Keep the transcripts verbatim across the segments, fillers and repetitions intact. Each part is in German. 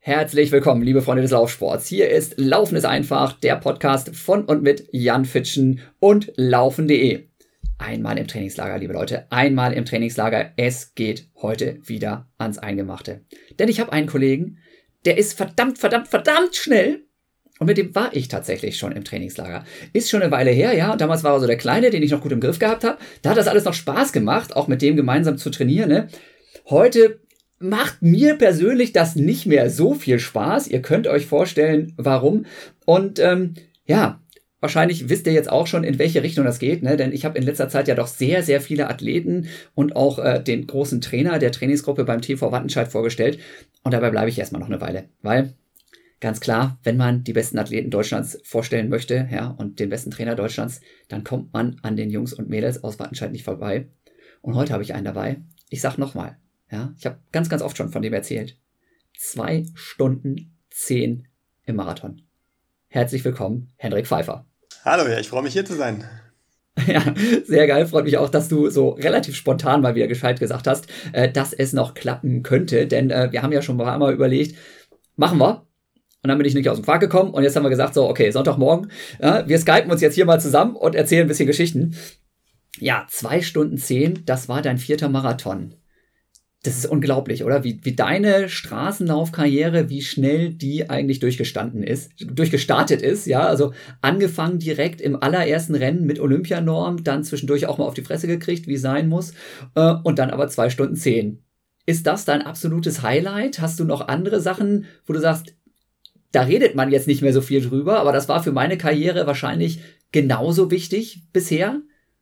Herzlich willkommen, liebe Freunde des Laufsports. Hier ist Laufen ist einfach, der Podcast von und mit Jan Fitschen und laufen punkt de. Einmal im Trainingslager, liebe Leute, einmal im Trainingslager. Es geht heute wieder ans Eingemachte. Denn ich habe einen Kollegen, der ist verdammt, verdammt, verdammt schnell. Und mit dem war ich tatsächlich schon im Trainingslager. Ist schon eine Weile her, ja. Und damals war er so der Kleine, den ich noch gut im Griff gehabt habe. Da hat das alles noch Spaß gemacht, auch mit dem gemeinsam zu trainieren, ne? Heute macht mir persönlich das nicht mehr so viel Spaß. Ihr könnt euch vorstellen, warum. Und ähm, ja, wahrscheinlich wisst ihr jetzt auch schon, in welche Richtung das geht, ne? Denn ich habe in letzter Zeit ja doch sehr, sehr viele Athleten und auch äh, den großen Trainer der Trainingsgruppe beim T V Wattenscheid vorgestellt. Und dabei bleibe ich erstmal noch eine Weile, weil ganz klar, wenn man die besten Athleten Deutschlands vorstellen möchte, ja, und den besten Trainer Deutschlands, dann kommt man an den Jungs und Mädels aus Wattenscheid nicht vorbei. Und heute habe ich einen dabei. Ich sag nochmal, ja, ich habe ganz, ganz oft schon von dem erzählt. Zwei Stunden zehn im Marathon. Herzlich willkommen, Hendrik Pfeiffer. Hallo, ja, ich freue mich hier zu sein. Ja, sehr geil. Freut mich auch, dass du so relativ spontan mal wieder gescheit gesagt hast, äh, dass es noch klappen könnte. Denn äh, wir haben ja schon mal einmal überlegt, machen wir. Und dann bin ich nicht aus dem Quark gekommen und jetzt haben wir gesagt, so, okay, Sonntagmorgen, ja, wir skypen uns jetzt hier mal zusammen und erzählen ein bisschen Geschichten. Ja, zwei Stunden zehn, das war dein vierter Marathon. Das ist unglaublich, oder? Wie, wie deine Straßenlaufkarriere, wie schnell die eigentlich durchgestanden ist, durchgestartet ist, ja, also angefangen direkt im allerersten Rennen mit Olympianorm, dann zwischendurch auch mal auf die Fresse gekriegt, wie sein muss, äh, und dann aber zwei Stunden zehn. Ist das dein absolutes Highlight? Hast du noch andere Sachen, wo du sagst, da redet man jetzt nicht mehr so viel drüber, aber das war für meine Karriere wahrscheinlich genauso wichtig bisher?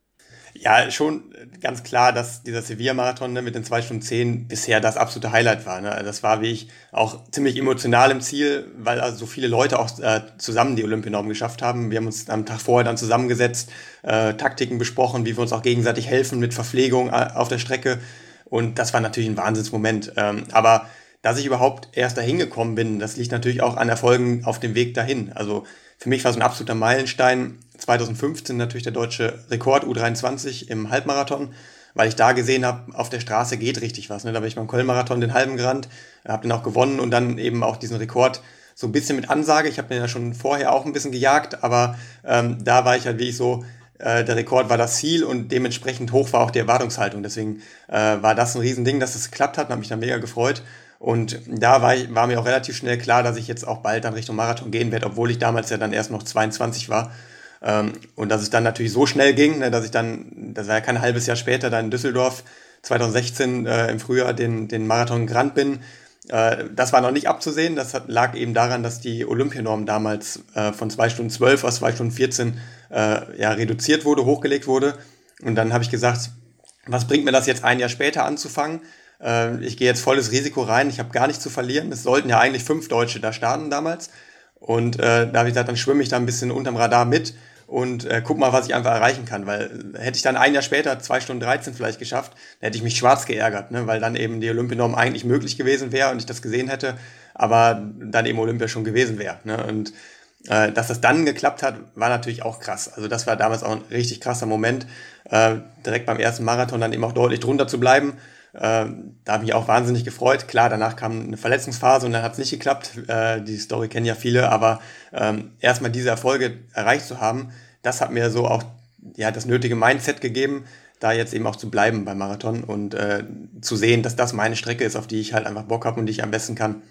Ja, schon ganz klar, dass dieser Sevilla-Marathon, ne, mit den zwei Stunden zehn bisher das absolute Highlight war. Ne? Das war, wie ich, auch ziemlich emotional im Ziel, weil also so viele Leute auch äh, zusammen die Olympianorm geschafft haben. Wir haben uns am Tag vorher dann zusammengesetzt, äh, Taktiken besprochen, wie wir uns auch gegenseitig helfen mit Verpflegung äh, auf der Strecke. Und das war natürlich ein Wahnsinnsmoment. Ähm, aber dass ich überhaupt erst dahin gekommen bin, das liegt natürlich auch an Erfolgen auf dem Weg dahin. Also für mich war es ein absoluter Meilenstein. zwanzig fünfzehn natürlich der deutsche Rekord U dreiundzwanzig im Halbmarathon, weil ich da gesehen habe, auf der Straße geht richtig was. Ne? Da bin ich beim Köln-Marathon den halben gerannt, habe den auch gewonnen und dann eben auch diesen Rekord so ein bisschen mit Ansage. Ich habe den ja schon vorher auch ein bisschen gejagt, aber ähm, da war ich halt wirklich so, äh, der Rekord war das Ziel und dementsprechend hoch war auch die Erwartungshaltung. Deswegen äh, war das ein Riesending, dass es geklappt hat und habe mich dann mega gefreut. Und da war, ich, war mir auch relativ schnell klar, dass ich jetzt auch bald dann Richtung Marathon gehen werde, obwohl ich damals ja dann erst noch zweiundzwanzig war. Ähm, und dass es dann natürlich so schnell ging, ne, dass ich dann, das war ja kein halbes Jahr später, dann in Düsseldorf zwanzig sechzehn äh, im Frühjahr den, den Marathon gerannt bin. Äh, das war noch nicht abzusehen. Das hat, lag eben daran, dass die Olympianorm damals äh, von zwei Stunden zwölf auf zwei Stunden vierzehn äh, ja, reduziert wurde, hochgelegt wurde. Und dann habe ich gesagt, was bringt mir das jetzt ein Jahr später anzufangen? Ich gehe jetzt volles Risiko rein, ich habe gar nichts zu verlieren. Es sollten ja eigentlich fünf Deutsche da starten damals. Und äh, da habe ich gesagt, dann schwimme ich da ein bisschen unterm Radar mit und äh, guck mal, was ich einfach erreichen kann. Weil hätte ich dann ein Jahr später zwei Stunden dreizehn vielleicht geschafft, dann hätte ich mich schwarz geärgert, ne? Weil dann eben die Olympianorm eigentlich möglich gewesen wäre und ich das gesehen hätte, aber dann eben Olympia schon gewesen wäre. Ne? Und äh, dass das dann geklappt hat, war natürlich auch krass. Also das war damals auch ein richtig krasser Moment, äh, direkt beim ersten Marathon dann eben auch deutlich drunter zu bleiben. Äh, da habe ich mich auch wahnsinnig gefreut. Klar, danach kam eine Verletzungsphase und dann hat es nicht geklappt. Äh, die Story kennen ja viele, aber ähm, erstmal diese Erfolge erreicht zu haben, das hat mir so auch ja, das nötige Mindset gegeben, da jetzt eben auch zu bleiben beim Marathon und äh, zu sehen, dass das meine Strecke ist, auf die ich halt einfach Bock habe und die ich am besten kann.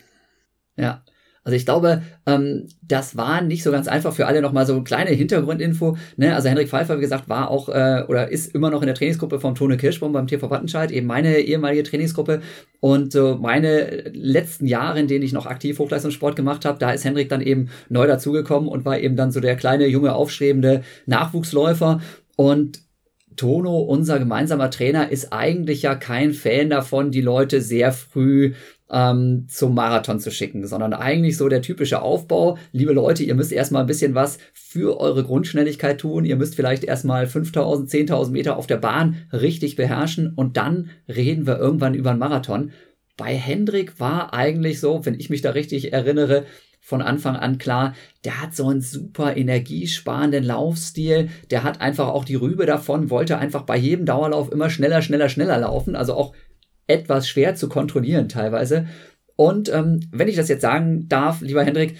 Ja. Also ich glaube, ähm, das war nicht so ganz einfach für alle. Nochmal so eine kleine Hintergrundinfo. Ne? Also Hendrik Pfeiffer, wie gesagt, war auch äh, oder ist immer noch in der Trainingsgruppe vom Tone Kirschbaum beim T V Wattenscheid, eben meine ehemalige Trainingsgruppe. Und so meine letzten Jahre, in denen ich noch aktiv Hochleistungssport gemacht habe, da ist Hendrik dann eben neu dazugekommen und war eben dann so der kleine, junge, aufstrebende Nachwuchsläufer. Und Tono, unser gemeinsamer Trainer, ist eigentlich ja kein Fan davon, die Leute sehr früh ähm, zum Marathon zu schicken, sondern eigentlich so der typische Aufbau. Liebe Leute, ihr müsst erstmal ein bisschen was für eure Grundschnelligkeit tun. Ihr müsst vielleicht erstmal fünftausend, zehntausend Meter auf der Bahn richtig beherrschen und dann reden wir irgendwann über einen Marathon. Bei Hendrik war eigentlich so, wenn ich mich da richtig erinnere, von Anfang an klar, der hat so einen super energiesparenden Laufstil, der hat einfach auch die Rübe davon, wollte einfach bei jedem Dauerlauf immer schneller, schneller, schneller laufen, also auch etwas schwer zu kontrollieren teilweise. Und ähm, wenn ich das jetzt sagen darf, lieber Hendrik,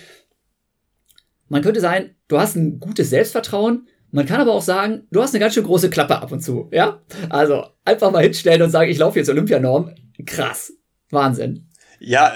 man könnte sagen, du hast ein gutes Selbstvertrauen, man kann aber auch sagen, du hast eine ganz schön große Klappe ab und zu, ja? Also einfach mal hinstellen und sagen, ich laufe jetzt Olympianorm. Krass. Wahnsinn. Ja,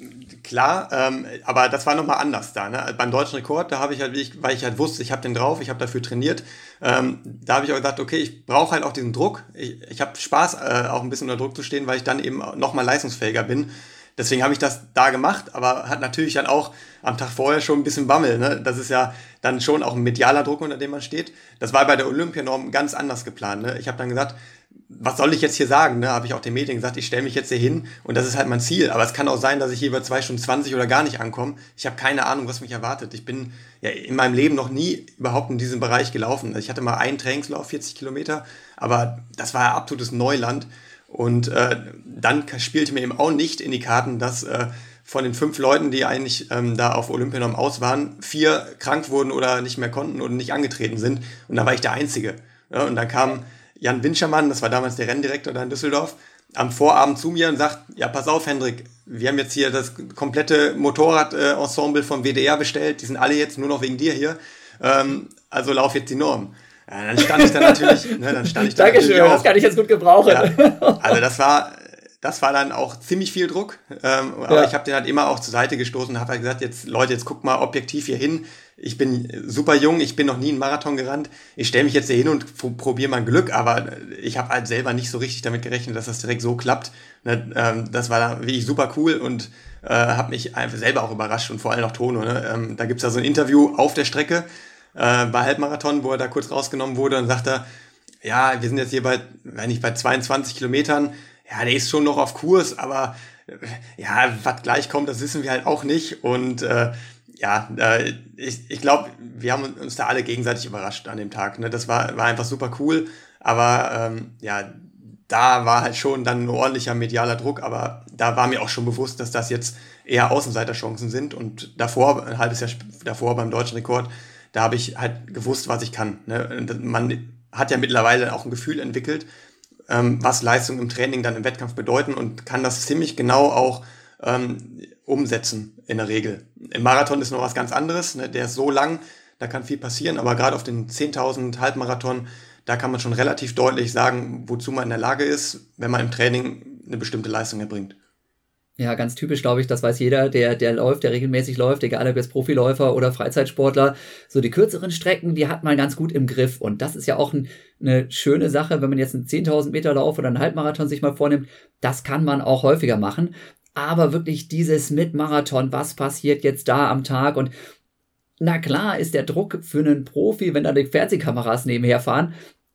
klar, ähm, aber das war nochmal anders da. Ne? Beim deutschen Rekord, da habe ich halt, weil ich halt wusste, ich habe den drauf, ich habe dafür trainiert, ähm, da habe ich auch gesagt, okay, ich brauche halt auch diesen Druck. Ich, ich habe Spaß, äh, auch ein bisschen unter Druck zu stehen, weil ich dann eben nochmal leistungsfähiger bin. Deswegen habe ich das da gemacht, aber hat natürlich dann auch am Tag vorher schon ein bisschen Bammel. Ne? Das ist ja dann schon auch ein medialer Druck, unter dem man steht. Das war bei der Olympianorm ganz anders geplant. Ne? Ich habe dann gesagt, was soll ich jetzt hier sagen? Ne? Habe ich auch den Medien gesagt, ich stelle mich jetzt hier hin und das ist halt mein Ziel. Aber es kann auch sein, dass ich hier über zwei Stunden zwanzig oder gar nicht ankomme. Ich habe keine Ahnung, was mich erwartet. Ich bin ja in meinem Leben noch nie überhaupt in diesem Bereich gelaufen. Ich hatte mal einen Trainingslauf, vierzig Kilometer, aber das war ja absolutes Neuland. Und äh, dann spielte mir eben auch nicht in die Karten, dass äh, von den fünf Leuten, die eigentlich ähm, da auf Olympianorm aus waren, vier krank wurden oder nicht mehr konnten oder nicht angetreten sind. Und da war ich der Einzige. Ja, und dann kam Jan Winschermann, das war damals der Renndirektor da in Düsseldorf, am Vorabend zu mir und sagt, ja, pass auf, Hendrik, wir haben jetzt hier das komplette Motorrad-Ensemble vom W D R bestellt, die sind alle jetzt nur noch wegen dir hier, ähm, also lauf jetzt die Norm. Ja, dann stand ich da natürlich, ne, dann stand ich da Dankeschön, natürlich auch, das kann ich jetzt gut gebrauchen. Ja, also das war, das war dann auch ziemlich viel Druck, ähm, aber ja. Ich habe den halt immer auch zur Seite gestoßen und habe halt gesagt, jetzt Leute, jetzt guckt mal objektiv hier hin, ich bin super jung, ich bin noch nie einen Marathon gerannt, ich stelle mich jetzt hier hin und f- probiere mein Glück, aber ich habe halt selber nicht so richtig damit gerechnet, dass das direkt so klappt. Ne, ähm, das war dann wirklich super cool und äh, habe mich einfach selber auch überrascht und vor allem auch Tono. Ne? Ähm, da gibt's ja so ein Interview auf der Strecke, Äh, bei Halbmarathon, wo er da kurz rausgenommen wurde und sagt er, ja, wir sind jetzt hier bei, wenn nicht bei zweiundzwanzig Kilometern, ja, der ist schon noch auf Kurs, aber äh, ja, was gleich kommt, das wissen wir halt auch nicht und äh, ja, äh, ich, ich glaube, wir haben uns da alle gegenseitig überrascht an dem Tag, ne? Das war, war einfach super cool, aber ähm, ja, da war halt schon dann ein ordentlicher medialer Druck, aber da war mir auch schon bewusst, dass das jetzt eher Außenseiterchancen sind und davor, ein halbes Jahr davor beim deutschen Rekord, da habe ich halt gewusst, was ich kann. Ne? Man hat ja mittlerweile auch ein Gefühl entwickelt, ähm, was Leistung im Training dann im Wettkampf bedeuten und kann das ziemlich genau auch ähm, umsetzen in der Regel. Im Marathon ist noch was ganz anderes, ne? Der ist so lang, da kann viel passieren, aber gerade auf den zehntausend Halbmarathon, da kann man schon relativ deutlich sagen, wozu man in der Lage ist, wenn man im Training eine bestimmte Leistung erbringt. Ja, ganz typisch, glaube ich, das weiß jeder, der der läuft, der regelmäßig läuft, egal ob jetzt Profiläufer oder Freizeitsportler. So die kürzeren Strecken, die hat man ganz gut im Griff. Und das ist ja auch ein, eine schöne Sache, wenn man jetzt einen zehntausend Meter Lauf oder einen Halbmarathon sich mal vornimmt. Das kann man auch häufiger machen. Aber wirklich dieses mit Marathon, was passiert jetzt da am Tag? Und na klar ist der Druck für einen Profi, wenn da die Fernsehkameras nebenher fahren,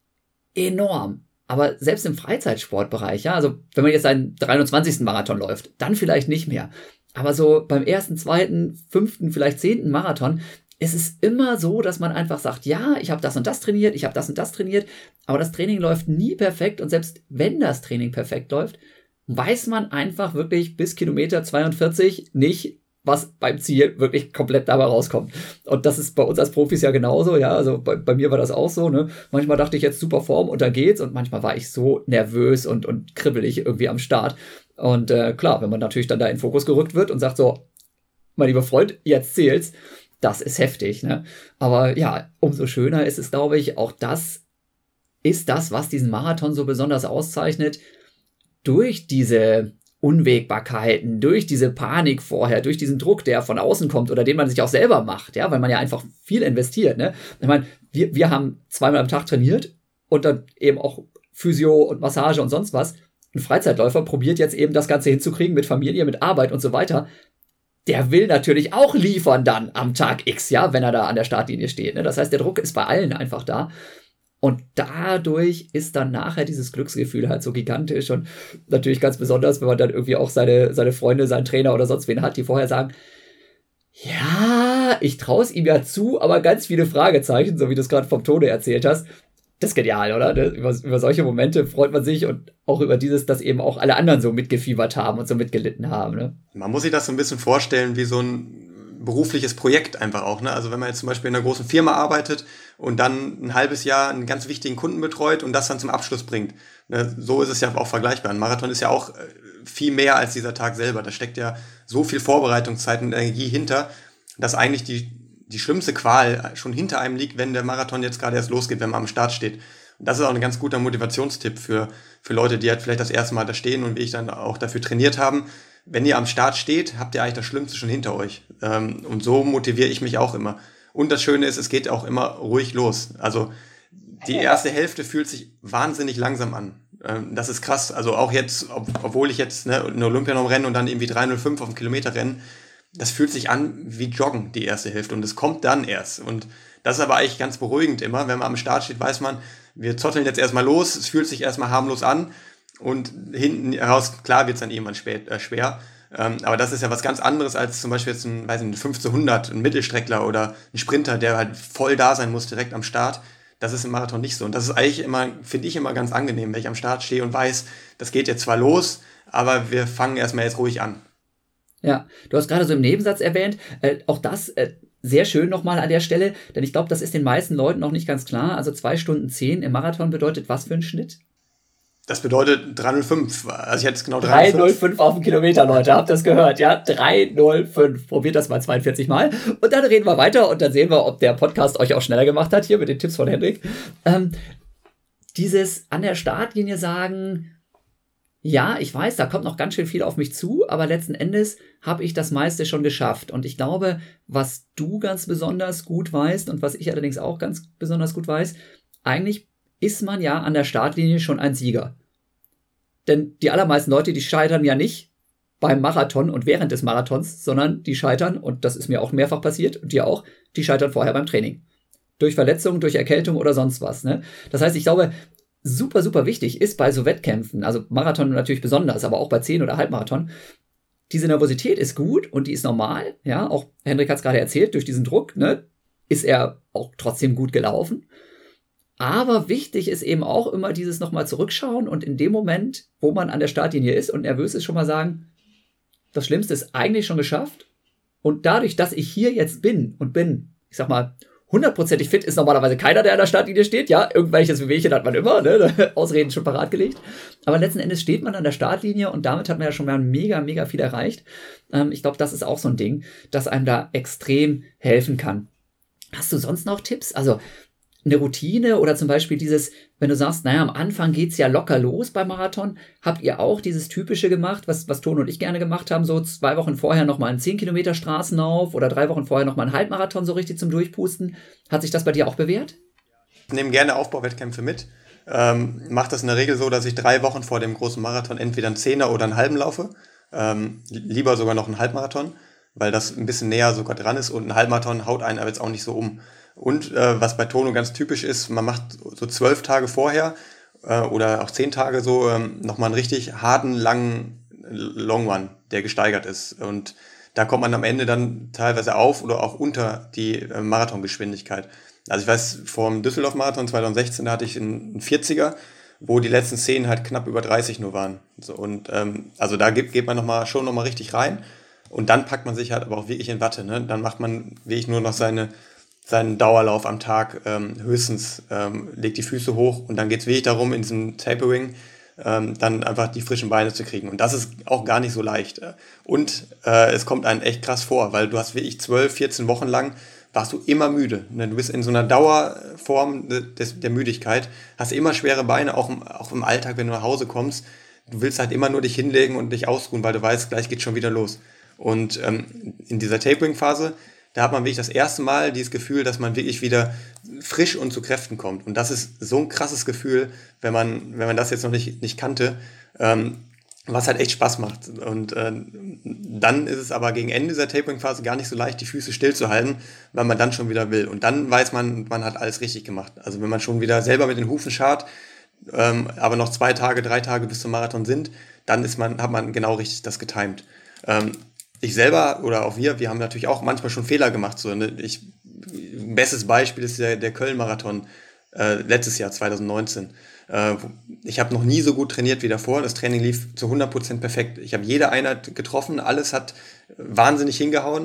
enorm. Aber selbst im Freizeitsportbereich, ja, also wenn man jetzt einen dreiundzwanzigsten Marathon läuft, dann vielleicht nicht mehr. Aber so beim ersten, zweiten, fünften, vielleicht zehnten Marathon ist es immer so, dass man einfach sagt, ja, ich habe das und das trainiert, ich habe das und das trainiert, aber das Training läuft nie perfekt und selbst wenn das Training perfekt läuft, weiß man einfach wirklich bis Kilometer zweiundvierzig nicht, was beim Ziel wirklich komplett dabei rauskommt. Und das ist bei uns als Profis ja genauso, ja, also bei, bei mir war das auch so, ne, manchmal dachte ich jetzt super Form und dann geht's und manchmal war ich so nervös und, und kribbelig irgendwie am Start. Und äh, klar, wenn man natürlich dann da in den Fokus gerückt wird und sagt so, mein lieber Freund, jetzt zählt's, das ist heftig, ne, aber ja, umso schöner ist es, glaube ich, auch das ist das, was diesen Marathon so besonders auszeichnet, durch diese Unwägbarkeiten, durch diese Panik vorher, durch diesen Druck, der von außen kommt oder den man sich auch selber macht, ja, weil man ja einfach viel investiert, ne? Ich meine, wir, wir haben zweimal am Tag trainiert und dann eben auch Physio und Massage und sonst was. Ein Freizeitläufer probiert jetzt eben das Ganze hinzukriegen mit Familie, mit Arbeit und so weiter. Der will natürlich auch liefern dann am Tag X, ja, wenn er da an der Startlinie steht, ne? Das heißt, der Druck ist bei allen einfach da. Und dadurch ist dann nachher dieses Glücksgefühl halt so gigantisch und natürlich ganz besonders, wenn man dann irgendwie auch seine, seine Freunde, seinen Trainer oder sonst wen hat, die vorher sagen, ja, ich traue es ihm ja zu, aber ganz viele Fragezeichen, so wie du es gerade vom Tode erzählt hast. Das ist genial, oder? Über, über solche Momente freut man sich und auch über dieses, dass eben auch alle anderen so mitgefiebert haben und so mitgelitten haben. Ne? Man muss sich das so ein bisschen vorstellen wie so ein berufliches Projekt einfach auch. Ne? Also wenn man jetzt zum Beispiel in einer großen Firma arbeitet und dann ein halbes Jahr einen ganz wichtigen Kunden betreut und das dann zum Abschluss bringt. Ne? So ist es ja auch vergleichbar. Ein Marathon ist ja auch viel mehr als dieser Tag selber. Da steckt ja so viel Vorbereitungszeit und Energie hinter, dass eigentlich die, die schlimmste Qual schon hinter einem liegt, wenn der Marathon jetzt gerade erst losgeht, wenn man am Start steht. Und das ist auch ein ganz guter Motivationstipp für, für Leute, die halt vielleicht das erste Mal da stehen und wie ich dann auch dafür trainiert haben. Wenn ihr am Start steht, habt ihr eigentlich das Schlimmste schon hinter euch. Und so motiviere ich mich auch immer. Und das Schöne ist, es geht auch immer ruhig los. Also die erste Hälfte fühlt sich wahnsinnig langsam an. Das ist krass. Also auch jetzt, ob, obwohl ich jetzt ne, eine Olympianorm renne und dann irgendwie drei null fünf auf einen Kilometer renne, das fühlt sich an wie Joggen, die erste Hälfte. Und es kommt dann erst. Und das ist aber eigentlich ganz beruhigend immer. Wenn man am Start steht, weiß man, wir zotteln jetzt erstmal los. Es fühlt sich erstmal harmlos an. Und hinten heraus, klar, wird es dann irgendwann spät, äh, schwer. Ähm, aber das ist ja was ganz anderes als zum Beispiel jetzt ein, weiß nicht, ein fünfzehnhundert, ein Mittelstreckler oder ein Sprinter, der halt voll da sein muss, direkt am Start. Das ist im Marathon nicht so. Und das ist eigentlich immer, finde ich immer ganz angenehm, wenn ich am Start stehe und weiß, das geht jetzt zwar los, aber wir fangen erstmal jetzt ruhig an. Ja, du hast gerade so im Nebensatz erwähnt, äh, auch das äh, sehr schön nochmal an der Stelle, denn ich glaube, das ist den meisten Leuten noch nicht ganz klar. Also zwei Stunden zehn im Marathon bedeutet was für ein Schnitt? Das bedeutet drei null fünf. Also ich hätte es genau drei null fünf auf den Kilometer, Leute. Habt ihr das gehört? Ja, drei null fünf. Probiert das mal zweiundvierzig Mal. Und dann reden wir weiter und dann sehen wir, ob der Podcast euch auch schneller gemacht hat, hier mit den Tipps von Hendrik. Ähm, dieses an der Startlinie sagen, ja, ich weiß, da kommt noch ganz schön viel auf mich zu, aber letzten Endes habe ich das meiste schon geschafft. Und ich glaube, was du ganz besonders gut weißt und was ich allerdings auch ganz besonders gut weiß, eigentlich ist man ja an der Startlinie schon ein Sieger. Denn die allermeisten Leute, die scheitern ja nicht beim Marathon und während des Marathons, sondern die scheitern, und das ist mir auch mehrfach passiert, und dir auch, die scheitern vorher beim Training. Durch Verletzung, durch Erkältung oder sonst was. Ne? Das heißt, ich glaube, super, super wichtig ist bei so Wettkämpfen, also Marathon natürlich besonders, aber auch bei zehn oder Halbmarathon, diese Nervosität ist gut und die ist normal. Ja, auch Hendrik hat es gerade erzählt, durch diesen Druck, ne, ist er auch trotzdem gut gelaufen. Aber wichtig ist eben auch immer dieses nochmal zurückschauen und in dem Moment, wo man an der Startlinie ist und nervös ist, schon mal sagen, das Schlimmste ist eigentlich schon geschafft. Und dadurch, dass ich hier jetzt bin und bin, ich sag mal, hundertprozentig fit ist normalerweise keiner, der an der Startlinie steht. Ja, irgendwelches Wehwehchen hat man immer, ne? Ausreden schon parat gelegt. Aber letzten Endes steht man an der Startlinie und damit hat man ja schon mal mega, mega viel erreicht. Ähm, ich glaube, das ist auch so ein Ding, das einem da extrem helfen kann. Hast du sonst noch Tipps? Also eine Routine oder zum Beispiel dieses, wenn du sagst, naja, am Anfang geht's ja locker los beim Marathon, habt ihr auch dieses Typische gemacht, was, was Tone und ich gerne gemacht haben, so zwei Wochen vorher nochmal einen zehn Kilometer Straßenlauf oder drei Wochen vorher nochmal einen Halbmarathon so richtig zum Durchpusten. Hat sich das bei dir auch bewährt? Ich nehme gerne Aufbauwettkämpfe mit. Ähm, mache das in der Regel so, dass ich drei Wochen vor dem großen Marathon entweder einen Zehner oder einen halben laufe. Ähm, lieber sogar noch einen Halbmarathon, weil das ein bisschen näher sogar dran ist und ein Halbmarathon haut einen aber jetzt auch nicht so um. Und äh, was bei Tono ganz typisch ist, man macht so zwölf Tage vorher äh, oder auch zehn Tage so ähm, nochmal einen richtig harten, langen Long Run, der gesteigert ist. Und da kommt man am Ende dann teilweise auf oder auch unter die äh, Marathongeschwindigkeit. Also ich weiß, vor dem Düsseldorf-Marathon zwanzig sechzehn, da hatte ich einen vierziger, wo die letzten zehn halt knapp über dreißig nur waren. So, und ähm, also da geht, geht man noch mal, schon nochmal richtig rein. Und dann packt man sich halt aber auch wirklich in Watte. Ne? Dann macht man wirklich nur noch seine seinen Dauerlauf am Tag ähm, höchstens, ähm, legt die Füße hoch und dann geht es wirklich darum, in diesem Tapering ähm, dann einfach die frischen Beine zu kriegen. Und das ist auch gar nicht so leicht. Und äh, es kommt einem echt krass vor, weil du hast wirklich zwölf, vierzehn Wochen lang warst du immer müde. Ne? Du bist in so einer Dauerform des, der Müdigkeit, hast immer schwere Beine, auch im, auch im Alltag, wenn du nach Hause kommst. Du willst halt immer nur dich hinlegen und dich ausruhen, weil du weißt, gleich geht schon wieder los. Und ähm, in dieser Tapering-Phase, da hat man wirklich das erste Mal dieses Gefühl, dass man wirklich wieder frisch und zu Kräften kommt. Und das ist so ein krasses Gefühl, wenn man, wenn man das jetzt noch nicht, nicht kannte, ähm, was halt echt Spaß macht. Und äh, dann ist es aber gegen Ende dieser Tapering-Phase gar nicht so leicht, die Füße stillzuhalten, weil man dann schon wieder will. Und dann weiß man, man hat alles richtig gemacht. Also wenn man schon wieder selber mit den Hufen scharrt, ähm, aber noch zwei Tage, drei Tage bis zum Marathon sind, dann ist man, hat man genau richtig das getimed. Ähm, Ich selber oder auch wir, wir haben natürlich auch manchmal schon Fehler gemacht. So, ne? Ich, bestes Beispiel ist der, der Köln-Marathon äh, letztes Jahr, zwanzig neunzehn. Äh, ich habe noch nie so gut trainiert wie davor. Das Training lief zu hundert Prozent perfekt. Ich habe jede Einheit getroffen, alles hat wahnsinnig hingehauen.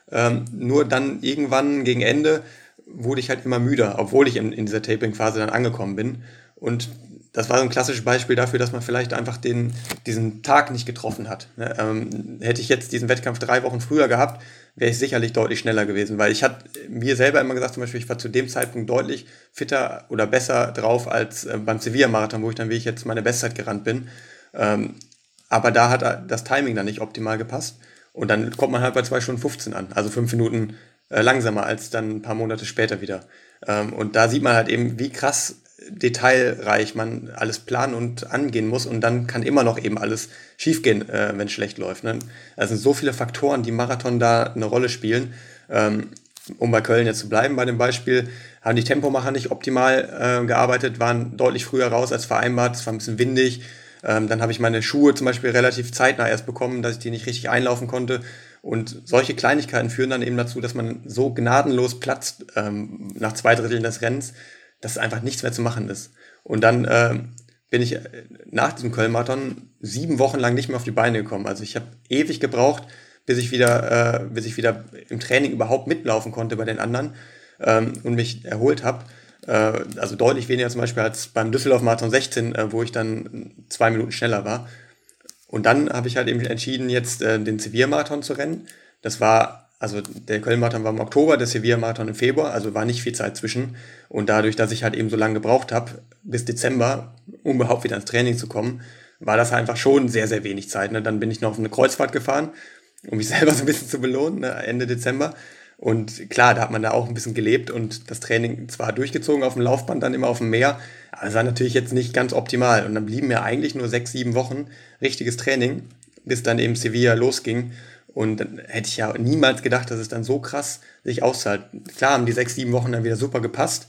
Ähm, nur dann irgendwann gegen Ende wurde ich halt immer müder, obwohl ich in, in dieser Tapering-Phase dann angekommen bin. Und das war so ein klassisches Beispiel dafür, dass man vielleicht einfach den, diesen Tag nicht getroffen hat. Ne? Ähm, hätte ich jetzt diesen Wettkampf drei Wochen früher gehabt, wäre ich sicherlich deutlich schneller gewesen, weil ich hatte mir selber immer gesagt, zum Beispiel, ich war zu dem Zeitpunkt deutlich fitter oder besser drauf als äh, beim Sevilla-Marathon, wo ich dann, wie ich jetzt meine Bestzeit gerannt bin. Ähm, aber da hat das Timing dann nicht optimal gepasst. Und dann kommt man halt bei zwei Stunden fünfzehn an, also fünf Minuten äh, langsamer als dann ein paar Monate später wieder. Ähm, und da sieht man halt eben, wie krass detailreich man alles planen und angehen muss, und dann kann immer noch eben alles schiefgehen, äh, wenn es schlecht läuft. Ne? Also sind so viele Faktoren, die im Marathon da eine Rolle spielen. Ähm, um bei Köln jetzt zu bleiben, bei dem Beispiel, haben die Tempomacher nicht optimal äh, gearbeitet, waren deutlich früher raus als vereinbart, es war ein bisschen windig. Ähm, dann habe ich meine Schuhe zum Beispiel relativ zeitnah erst bekommen, dass ich die nicht richtig einlaufen konnte. Und solche Kleinigkeiten führen dann eben dazu, dass man so gnadenlos platzt ähm, nach zwei Dritteln des Rennens, dass einfach nichts mehr zu machen ist. Und dann äh, bin ich nach diesem Köln-Marathon sieben Wochen lang nicht mehr auf die Beine gekommen. Also ich habe ewig gebraucht, bis ich wieder, äh, bis ich wieder im Training überhaupt mitlaufen konnte bei den anderen ähm, und mich erholt habe. Äh, also deutlich weniger zum Beispiel als beim Düsseldorf-Marathon sechzehn, äh, wo ich dann zwei Minuten schneller war. Und dann habe ich halt eben entschieden, jetzt äh, den Sevilla-Marathon zu rennen. Das war, also der Köln-Marathon war im Oktober, der Sevilla-Marathon im Februar, also war nicht viel Zeit zwischen. Und dadurch, dass ich halt eben so lange gebraucht habe, bis Dezember, um überhaupt wieder ins Training zu kommen, war das einfach schon sehr, sehr wenig Zeit. Ne? Dann bin ich noch auf eine Kreuzfahrt gefahren, um mich selber so ein bisschen zu belohnen, ne? Ende Dezember. Und klar, da hat man da auch ein bisschen gelebt und das Training zwar durchgezogen auf dem Laufband, dann immer auf dem Meer, aber es war natürlich jetzt nicht ganz optimal. Und dann blieben mir eigentlich nur sechs, sieben Wochen richtiges Training, bis dann eben Sevilla losging. Und dann hätte ich ja niemals gedacht, dass es dann so krass sich auszahlt. Klar haben die sechs, sieben Wochen dann wieder super gepasst,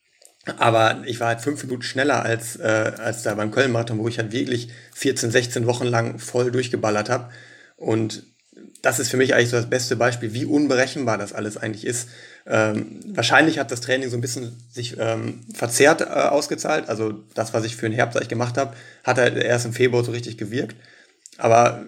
aber ich war halt fünf Minuten schneller als, äh, als da beim Köln-Marathon, wo ich halt wirklich vierzehn, sechzehn Wochen lang voll durchgeballert habe. Und das ist für mich eigentlich so das beste Beispiel, wie unberechenbar das alles eigentlich ist. Ähm, wahrscheinlich hat das Training so ein bisschen sich ähm, verzerrt äh, ausgezahlt. Also das, was ich für den Herbst eigentlich gemacht habe, hat halt erst im Februar so richtig gewirkt. Aber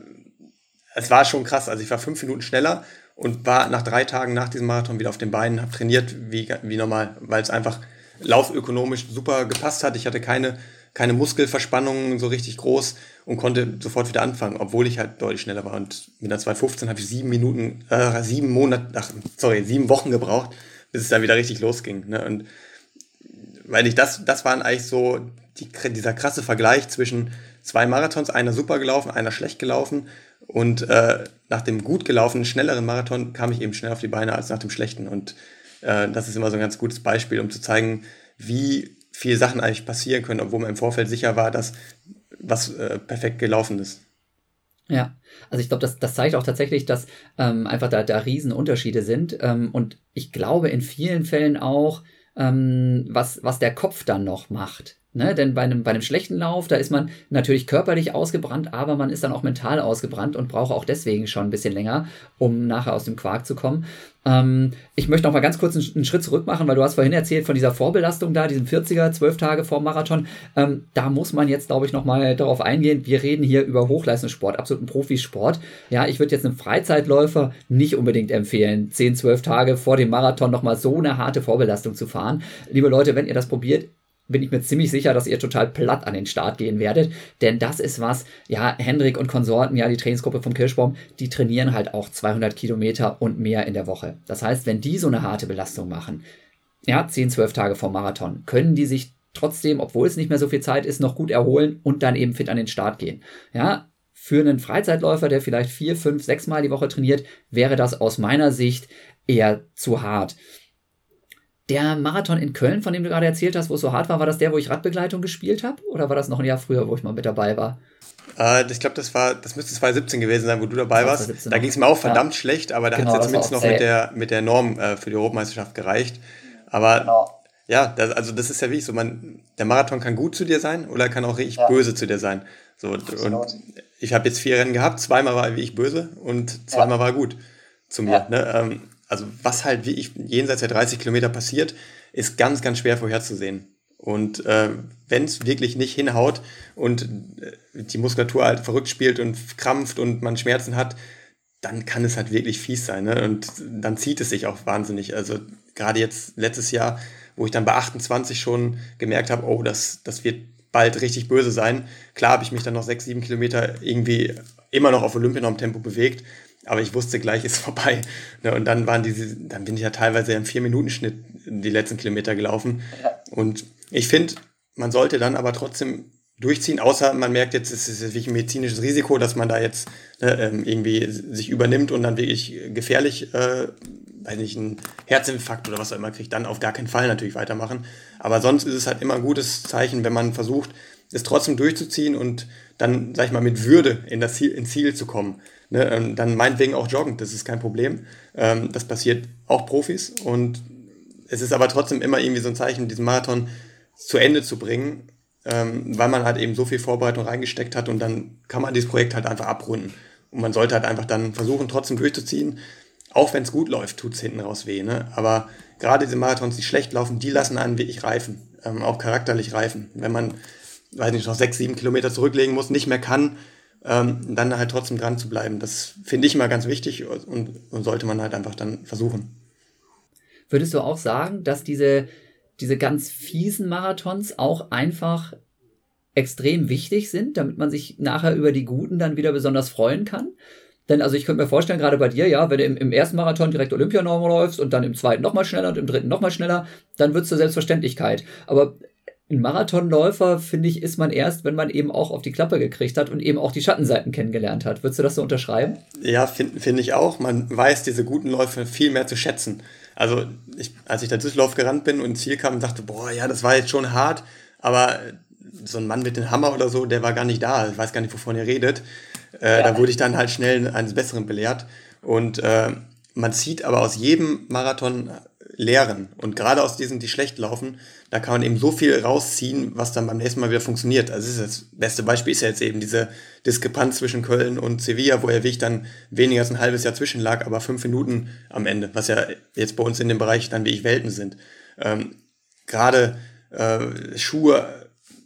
es war schon krass. Also ich war fünf Minuten schneller und war nach drei Tagen nach diesem Marathon wieder auf den Beinen, habe trainiert wie, wie normal, weil es einfach laufökonomisch super gepasst hat. Ich hatte keine, keine Muskelverspannungen so richtig groß und konnte sofort wieder anfangen, obwohl ich halt deutlich schneller war. Und mit der zwei fünfzehn habe ich sieben Minuten, äh, sieben Monate, ach, sorry, sieben Wochen gebraucht, bis es dann wieder richtig losging. Ne? Und weil ich das, das waren eigentlich so die, dieser krasse Vergleich zwischen zwei Marathons, einer super gelaufen, einer schlecht gelaufen. Und äh, nach dem gut gelaufenen, schnelleren Marathon kam ich eben schnell auf die Beine als nach dem schlechten. Und äh, das ist immer so ein ganz gutes Beispiel, um zu zeigen, wie viele Sachen eigentlich passieren können, obwohl man im Vorfeld sicher war, dass was äh, perfekt gelaufen ist. Ja, also ich glaube, das, das zeigt auch tatsächlich, dass ähm, einfach da, da Riesenunterschiede sind. Ähm, und ich glaube in vielen Fällen auch, ähm, was, was der Kopf dann noch macht. Ne? Denn bei einem, bei einem schlechten Lauf, da ist man natürlich körperlich ausgebrannt, aber man ist dann auch mental ausgebrannt und braucht auch deswegen schon ein bisschen länger, um nachher aus dem Quark zu kommen. Ähm, ich möchte noch mal ganz kurz einen, einen Schritt zurück machen, weil du hast vorhin erzählt von dieser Vorbelastung da, diesem vierziger, zwölf Tage vor Marathon. Ähm, da muss man jetzt, glaube ich, noch mal darauf eingehen. Wir reden hier über Hochleistungssport, absoluten Profisport. Ja, ich würde jetzt einem Freizeitläufer nicht unbedingt empfehlen, zehn, zwölf Tage vor dem Marathon noch mal so eine harte Vorbelastung zu fahren. Liebe Leute, wenn ihr das probiert, bin ich mir ziemlich sicher, dass ihr total platt an den Start gehen werdet, denn das ist was, ja, Hendrik und Konsorten, ja, die Trainingsgruppe vom Kirschbaum, die trainieren halt auch zweihundert Kilometer und mehr in der Woche. Das heißt, wenn die so eine harte Belastung machen, ja, zehn, zwölf Tage vor Marathon, können die sich trotzdem, obwohl es nicht mehr so viel Zeit ist, noch gut erholen und dann eben fit an den Start gehen. Ja, für einen Freizeitläufer, der vielleicht vier, fünf, sechs Mal die Woche trainiert, wäre das aus meiner Sicht eher zu hart. Der Marathon in Köln, von dem du gerade erzählt hast, wo es so hart war, war das der, wo ich Radbegleitung gespielt habe? Oder war das noch ein Jahr früher, wo ich mal mit dabei war? Äh, ich glaube, das war, das müsste zwanzig siebzehn gewesen sein, wo du dabei warst. Da ging es mir auch verdammt ja. schlecht, aber da genau, hat es ja zumindest noch mit der, mit der Norm äh, für die Europameisterschaft gereicht. Aber genau. ja, das, also das ist ja wirklich so, man, der Marathon kann gut zu dir sein oder kann auch richtig ja. böse zu dir sein. So, und ich habe jetzt vier Rennen gehabt, zweimal war wie ich böse und zweimal ja. war gut zu mir. Ja. Ne? Ähm, Also was halt wie ich jenseits der dreißig Kilometer passiert, ist ganz, ganz schwer vorherzusehen. Und äh, wenn es wirklich nicht hinhaut und äh, die Muskulatur halt verrückt spielt und krampft und man Schmerzen hat, dann kann es halt wirklich fies sein, ne? Und dann zieht es sich auch wahnsinnig. Also gerade jetzt letztes Jahr, wo ich dann bei achtundzwanzig schon gemerkt habe, oh, das, das wird bald richtig böse sein. Klar habe ich mich dann noch sechs, sieben Kilometer irgendwie immer noch auf Olympianorm-Tempo bewegt, aber ich wusste gleich, ist vorbei. Ne? Und dann waren diese, dann bin ich ja teilweise im Vier-Minuten-Schnitt die letzten Kilometer gelaufen. Und ich finde, man sollte dann aber trotzdem durchziehen, außer man merkt jetzt, es ist wirklich ein medizinisches Risiko, dass man da jetzt ne, irgendwie sich übernimmt und dann wirklich gefährlich, äh, weiß nicht, einen Herzinfarkt oder was auch immer kriegt, dann auf gar keinen Fall natürlich weitermachen. Aber sonst ist es halt immer ein gutes Zeichen, wenn man versucht, es trotzdem durchzuziehen und dann, sag ich mal, mit Würde in das Ziel, ins Ziel zu kommen. Ne, ähm, dann meinetwegen auch joggen, das ist kein Problem. Ähm, das passiert auch Profis und es ist aber trotzdem immer irgendwie so ein Zeichen, diesen Marathon zu Ende zu bringen, ähm, weil man halt eben so viel Vorbereitung reingesteckt hat und dann kann man dieses Projekt halt einfach abrunden. Und man sollte halt einfach dann versuchen, trotzdem durchzuziehen. Auch wenn es gut läuft, tut es hinten raus weh. Ne? Aber gerade diese Marathons, die schlecht laufen, die lassen einen wirklich reifen, ähm, auch charakterlich reifen. Wenn man, weiß nicht, noch sechs, sieben Kilometer zurücklegen muss, nicht mehr kann, ähm, dann halt trotzdem dran zu bleiben. Das finde ich immer ganz wichtig und, und sollte man halt einfach dann versuchen. Würdest du auch sagen, dass diese, diese ganz fiesen Marathons auch einfach extrem wichtig sind, damit man sich nachher über die guten dann wieder besonders freuen kann? Denn also ich könnte mir vorstellen, gerade bei dir, ja, wenn du im, im ersten Marathon direkt Olympianorm läufst und dann im zweiten nochmal schneller und im dritten nochmal schneller, dann wird es zur Selbstverständlichkeit. Aber ein Marathonläufer, finde ich, ist man erst, wenn man eben auch auf die Klappe gekriegt hat und eben auch die Schattenseiten kennengelernt hat. Würdest du das so unterschreiben? Ja, finde find ich auch. Man weiß diese guten Läufe viel mehr zu schätzen. Also ich, als ich da Düsseldorf gerannt bin und ins Ziel kam und dachte, boah, ja, das war jetzt schon hart, aber so ein Mann mit dem Hammer oder so, der war gar nicht da. Ich weiß gar nicht, wovon ihr redet. Äh, ja. Da wurde ich dann halt schnell eines Besseren belehrt. Und äh, man zieht aber aus jedem Marathon Lehren. Und gerade aus diesen, die schlecht laufen, da kann man eben so viel rausziehen, was dann beim nächsten Mal wieder funktioniert. Also das, ist das beste Beispiel ist ja jetzt eben diese Diskrepanz zwischen Köln und Sevilla, wo der Weg dann weniger als ein halbes Jahr zwischen lag, aber fünf Minuten am Ende, was ja jetzt bei uns in dem Bereich dann wie ich Welten sind. Ähm, gerade äh, Schuhe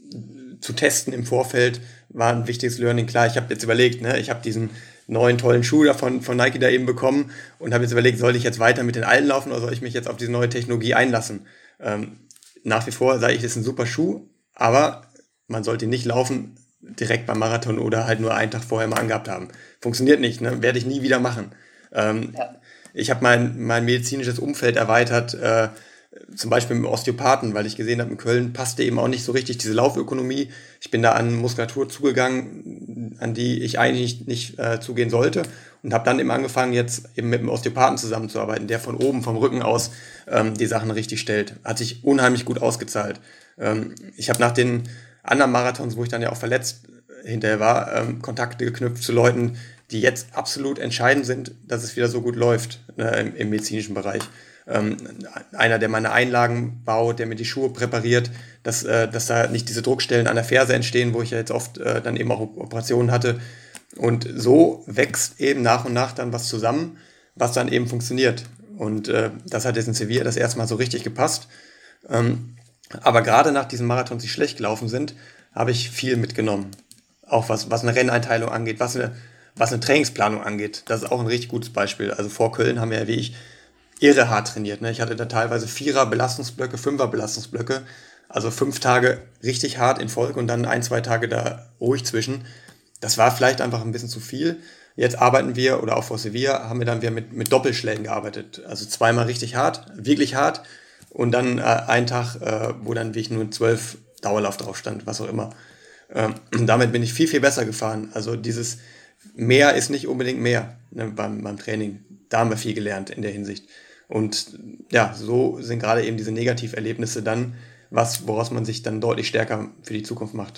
zu testen im Vorfeld war ein wichtiges Learning. Klar, ich habe jetzt überlegt, ne, ich habe diesen neuen tollen Schuh da von, von Nike da eben bekommen und habe jetzt überlegt, soll ich jetzt weiter mit den alten laufen oder soll ich mich jetzt auf diese neue Technologie einlassen? Ähm, nach wie vor sage ich, das ist ein super Schuh, aber man sollte ihn nicht laufen direkt beim Marathon oder halt nur einen Tag vorher mal angehabt haben. Funktioniert nicht, ne? Werde ich nie wieder machen. Ähm, ja. Ich habe mein, mein medizinisches Umfeld erweitert, äh, zum Beispiel mit dem Osteopathen, weil ich gesehen habe, in Köln passte eben auch nicht so richtig diese Laufökonomie. Ich bin da an Muskulatur zugegangen, an die ich eigentlich nicht, nicht äh, zugehen sollte und habe dann eben angefangen, jetzt eben mit dem Osteopathen zusammenzuarbeiten, der von oben, vom Rücken aus ähm, die Sachen richtig stellt. Hat sich unheimlich gut ausgezahlt. Ähm, ich habe nach den anderen Marathons, wo ich dann ja auch verletzt hinterher war, ähm, Kontakte geknüpft zu Leuten, die jetzt absolut entscheidend sind, dass es wieder so gut läuft äh, im, im medizinischen Bereich. Ähm, einer, der meine Einlagen baut, der mir die Schuhe präpariert, dass, äh, dass da nicht diese Druckstellen an der Ferse entstehen, wo ich ja jetzt oft äh, dann eben auch Operationen hatte. Und so wächst eben nach und nach dann was zusammen, was dann eben funktioniert. Und äh, das hat jetzt in Sevilla das erste Mal so richtig gepasst. Ähm, aber gerade nach diesen Marathons, die schlecht gelaufen sind, habe ich viel mitgenommen. Auch was, was eine Renneinteilung angeht, was eine, was eine Trainingsplanung angeht. Das ist auch ein richtig gutes Beispiel. Also vor Köln haben wir ja wie ich irre hart trainiert. Ne? Ich hatte da teilweise Vierer Belastungsblöcke, Fünfer Belastungsblöcke, also fünf Tage richtig hart in Folge und dann ein, zwei Tage da ruhig zwischen. Das war vielleicht einfach ein bisschen zu viel. Jetzt arbeiten wir, oder auch vor Sevilla, haben wir dann wieder mit, mit Doppelschlägen gearbeitet. Also zweimal richtig hart, wirklich hart und dann äh, einen Tag, äh, wo dann wirklich nur zwölf Dauerlauf drauf stand, was auch immer. Ähm, und damit bin ich viel, viel besser gefahren. Also dieses mehr ist nicht unbedingt mehr, ne, beim, beim Training. Da haben wir viel gelernt in der Hinsicht. Und ja, so sind gerade eben diese Negativerlebnisse dann was, woraus man sich dann deutlich stärker für die Zukunft macht.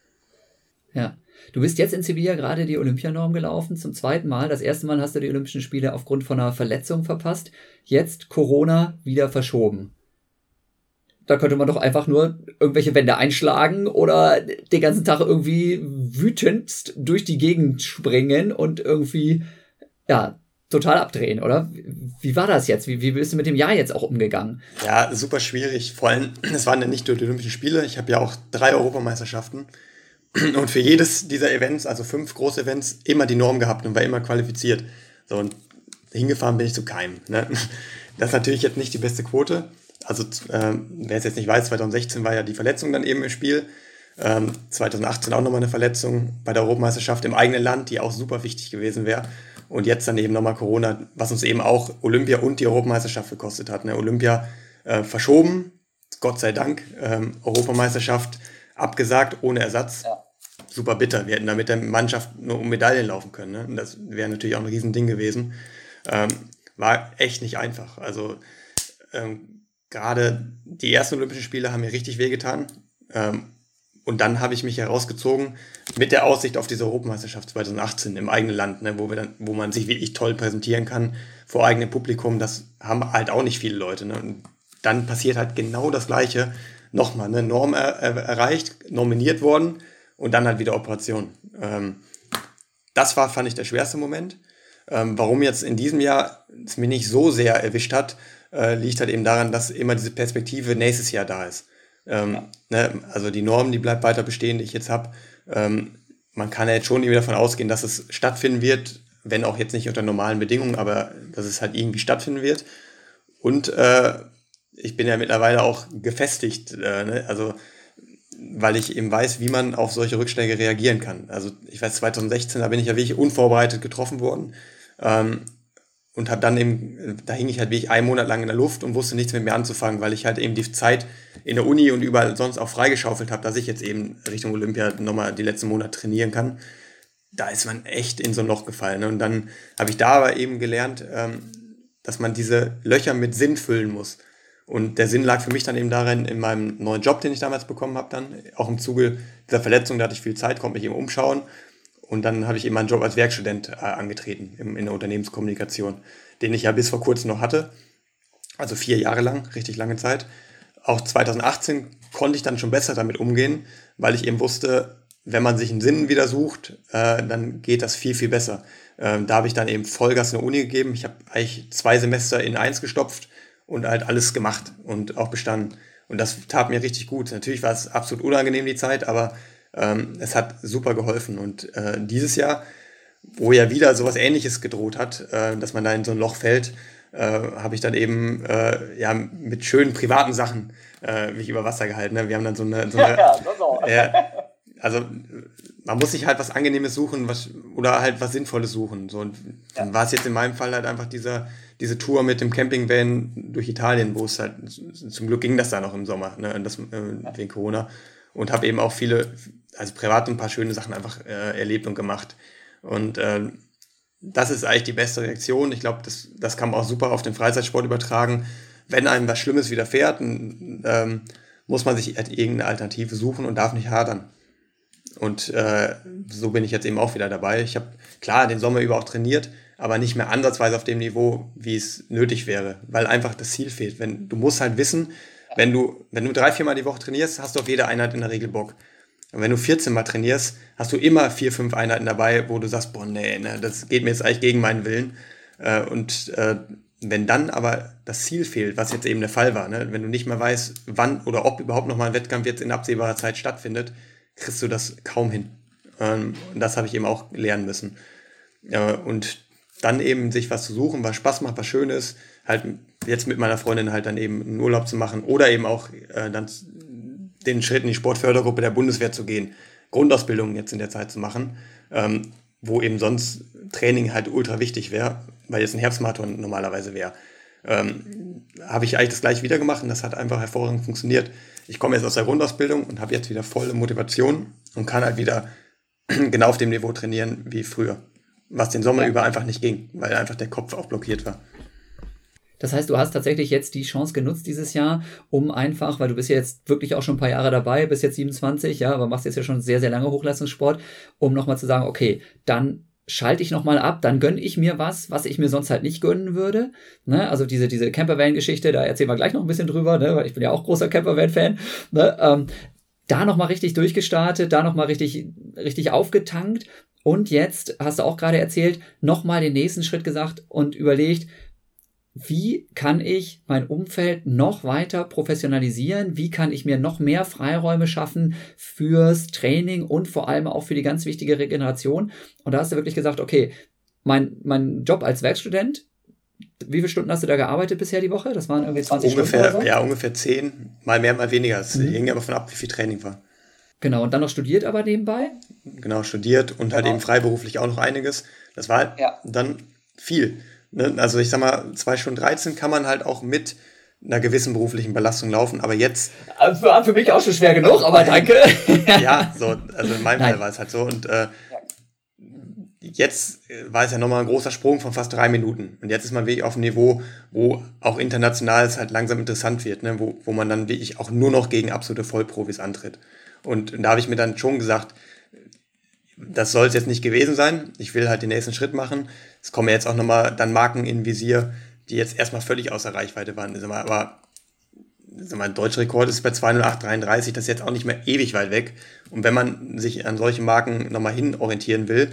Ja, du bist jetzt in Sevilla gerade die Olympianorm gelaufen, zum zweiten Mal. Das erste Mal hast du die Olympischen Spiele aufgrund von einer Verletzung verpasst. Jetzt Corona wieder verschoben. Da könnte man doch einfach nur irgendwelche Wände einschlagen oder den ganzen Tag irgendwie wütend durch die Gegend springen und irgendwie, ja, total abdrehen, oder? Wie war das jetzt? Wie, wie bist du mit dem Jahr jetzt auch umgegangen? Ja, super schwierig. Vor allem, es waren ja nicht nur die Olympischen Spiele. Ich habe ja auch drei Europameisterschaften und für jedes dieser Events, also fünf große Events, immer die Norm gehabt und war immer qualifiziert. So, und hingefahren bin ich zu keinem. Ne? Das ist natürlich jetzt nicht die beste Quote. Also, äh, wer es jetzt nicht weiß, zwanzig sechzehn war ja die Verletzung dann eben im Spiel. Ähm, zwanzig achtzehn auch nochmal eine Verletzung bei der Europameisterschaft im eigenen Land, die auch super wichtig gewesen wäre. Und jetzt dann eben nochmal Corona, was uns eben auch Olympia und die Europameisterschaft gekostet hat. Ne? Olympia äh, verschoben, Gott sei Dank. Ähm, Europameisterschaft abgesagt, ohne Ersatz. Ja. Super bitter. Wir hätten da mit der Mannschaft nur um Medaillen laufen können. Ne? Und das wäre natürlich auch ein Riesending gewesen. Ähm, war echt nicht einfach. Also ähm, gerade die ersten Olympischen Spiele haben mir richtig wehgetan. Ähm, Und dann habe ich mich herausgezogen mit der Aussicht auf diese Europameisterschaft zwanzig achtzehn im eigenen Land, ne, wo wir dann, wo man sich wirklich toll präsentieren kann vor eigenem Publikum. Das haben halt auch nicht viele Leute. Ne. Und dann passiert halt genau das Gleiche. Nochmal, ne, Norm er, er, erreicht, nominiert worden und dann halt wieder Operation. Ähm, das war, fand ich, der schwerste Moment. Ähm, warum jetzt in diesem Jahr es mich nicht so sehr erwischt hat, äh, liegt halt eben daran, dass immer diese Perspektive nächstes Jahr da ist. Ähm, ja. ne, also die Norm, die bleibt weiter bestehen, die ich jetzt habe. Ähm, man kann ja jetzt schon irgendwie davon ausgehen, dass es stattfinden wird, wenn auch jetzt nicht unter normalen Bedingungen, aber dass es halt irgendwie stattfinden wird. Und äh, ich bin ja mittlerweile auch gefestigt, äh, ne? Also weil ich eben weiß, wie man auf solche Rückschläge reagieren kann. Also ich weiß, zwanzig sechzehn, da bin ich ja wirklich unvorbereitet getroffen worden. Ähm, Und habe dann eben, da hing ich halt wirklich einen Monat lang in der Luft und wusste nichts mit mir anzufangen, weil ich halt eben die Zeit in der Uni und überall sonst auch freigeschaufelt habe, dass ich jetzt eben Richtung Olympia nochmal die letzten Monate trainieren kann. Da ist man echt in so ein Loch gefallen. Ne? Und dann habe ich da aber eben gelernt, ähm, dass man diese Löcher mit Sinn füllen muss. Und der Sinn lag für mich dann eben darin, in meinem neuen Job, den ich damals bekommen habe, dann auch im Zuge dieser Verletzung, da hatte ich viel Zeit, konnte mich eben umschauen. Und dann habe ich eben meinen Job als Werkstudent äh, angetreten im, in der Unternehmenskommunikation, den ich ja bis vor kurzem noch hatte. Also vier Jahre lang, richtig lange Zeit. Auch zwanzig achtzehn konnte ich dann schon besser damit umgehen, weil ich eben wusste, wenn man sich einen Sinn wieder sucht, äh, dann geht das viel, viel besser. Äh, da habe ich dann eben Vollgas in der Uni gegeben. Ich habe eigentlich zwei Semester in eins gestopft und halt alles gemacht und auch bestanden. Und das tat mir richtig gut. Natürlich war es absolut unangenehm, die Zeit, aber Ähm, es hat super geholfen. Und äh, dieses Jahr, wo ja wieder sowas Ähnliches gedroht hat, äh, dass man da in so ein Loch fällt, äh, habe ich dann eben äh, ja, mit schönen privaten Sachen äh, mich über Wasser gehalten. Ne? Wir haben dann so eine... So eine ja, das auch. Äh, also man muss sich halt was Angenehmes suchen was, oder halt was Sinnvolles suchen. So, und dann ja. war es jetzt in meinem Fall halt einfach dieser, diese Tour mit dem Campingvan durch Italien, wo es halt, zum Glück ging das da noch im Sommer, ne? das, äh, wegen Corona. Und habe eben auch viele, also privat ein paar schöne Sachen einfach äh, erlebt und gemacht. Und äh, das ist eigentlich die beste Reaktion. Ich glaube, das, das kann man auch super auf den Freizeitsport übertragen. Wenn einem was Schlimmes widerfährt, ähm, muss man sich irgendeine Alternative suchen und darf nicht hadern. Und äh, so bin ich jetzt eben auch wieder dabei. Ich habe klar den Sommer über auch trainiert, aber nicht mehr ansatzweise auf dem Niveau, wie es nötig wäre, weil einfach das Ziel fehlt. Wenn, du musst halt wissen, Wenn du, wenn du drei, vier Mal die Woche trainierst, hast du auf jede Einheit in der Regel Bock. Und wenn du vierzehn Mal trainierst, hast du immer vier, fünf Einheiten dabei, wo du sagst, boah, nee, ne, das geht mir jetzt eigentlich gegen meinen Willen. Und äh, wenn dann aber das Ziel fehlt, was jetzt eben der Fall war, ne, wenn du nicht mehr weißt, wann oder ob überhaupt nochmal ein Wettkampf jetzt in absehbarer Zeit stattfindet, kriegst du das kaum hin. Und das habe ich eben auch lernen müssen. Und dann eben sich was zu suchen, was Spaß macht, was schön ist, halt jetzt mit meiner Freundin halt dann eben einen Urlaub zu machen oder eben auch äh, dann den Schritt in die Sportfördergruppe der Bundeswehr zu gehen, Grundausbildung jetzt in der Zeit zu machen, ähm, wo eben sonst Training halt ultra wichtig wäre, weil jetzt ein Herbstmarathon normalerweise wäre. Ähm, habe ich eigentlich das gleich wieder gemacht und das hat einfach hervorragend funktioniert. Ich komme jetzt aus der Grundausbildung und habe jetzt wieder volle Motivation und kann halt wieder genau auf dem Niveau trainieren wie früher, was den Sommer ja. über einfach nicht ging, weil einfach der Kopf auch blockiert war. Das heißt, du hast tatsächlich jetzt die Chance genutzt dieses Jahr, um einfach, weil du bist ja jetzt wirklich auch schon ein paar Jahre dabei, bist jetzt siebenundzwanzig, ja, aber machst jetzt ja schon sehr, sehr lange Hochleistungssport, um nochmal zu sagen, okay, dann schalte ich nochmal ab, dann gönne ich mir was, was ich mir sonst halt nicht gönnen würde. Ne? Also diese, diese Campervan-Geschichte, da erzählen wir gleich noch ein bisschen drüber, ne? Weil ich bin ja auch großer Campervan-Fan. Ne? Ähm, da nochmal richtig durchgestartet, da nochmal richtig, richtig aufgetankt und jetzt, hast du auch gerade erzählt, nochmal den nächsten Schritt gesagt und überlegt, wie kann ich mein Umfeld noch weiter professionalisieren? Wie kann ich mir noch mehr Freiräume schaffen fürs Training und vor allem auch für die ganz wichtige Regeneration? Und da hast du wirklich gesagt, okay, mein, mein Job als Werkstudent, wie viele Stunden hast du da gearbeitet bisher die Woche? Das waren irgendwie zwanzig ungefähr, Stunden oder so? Ja, ungefähr zehn, mal mehr, mal weniger. Es mhm. hing aber von ab, wie viel Training war. Genau, und dann noch studiert aber nebenbei? Genau, studiert und genau. halt eben freiberuflich auch noch einiges. Das war halt ja. dann viel. Ne? Also ich sag mal, zwei Stunden dreizehn kann man halt auch mit einer gewissen beruflichen Belastung laufen, aber jetzt... Also für, für mich auch schon schwer genug, aber danke. Ja, so, also in meinem Nein. Fall war es halt so und äh, jetzt war es ja nochmal ein großer Sprung von fast drei Minuten und jetzt ist man wirklich auf einem Niveau, wo auch international es halt langsam interessant wird, ne? wo, wo man dann wirklich auch nur noch gegen absolute Vollprofis antritt. Und da habe ich mir dann schon gesagt, das soll es jetzt nicht gewesen sein. Ich will halt den nächsten Schritt machen. Es kommen jetzt auch nochmal dann Marken in Visier, die jetzt erstmal völlig außer Reichweite waren. Aber mein deutscher Rekord ist bei zwei null acht dreiunddreißig, das ist jetzt auch nicht mehr ewig weit weg. Und wenn man sich an solche Marken nochmal hin orientieren will,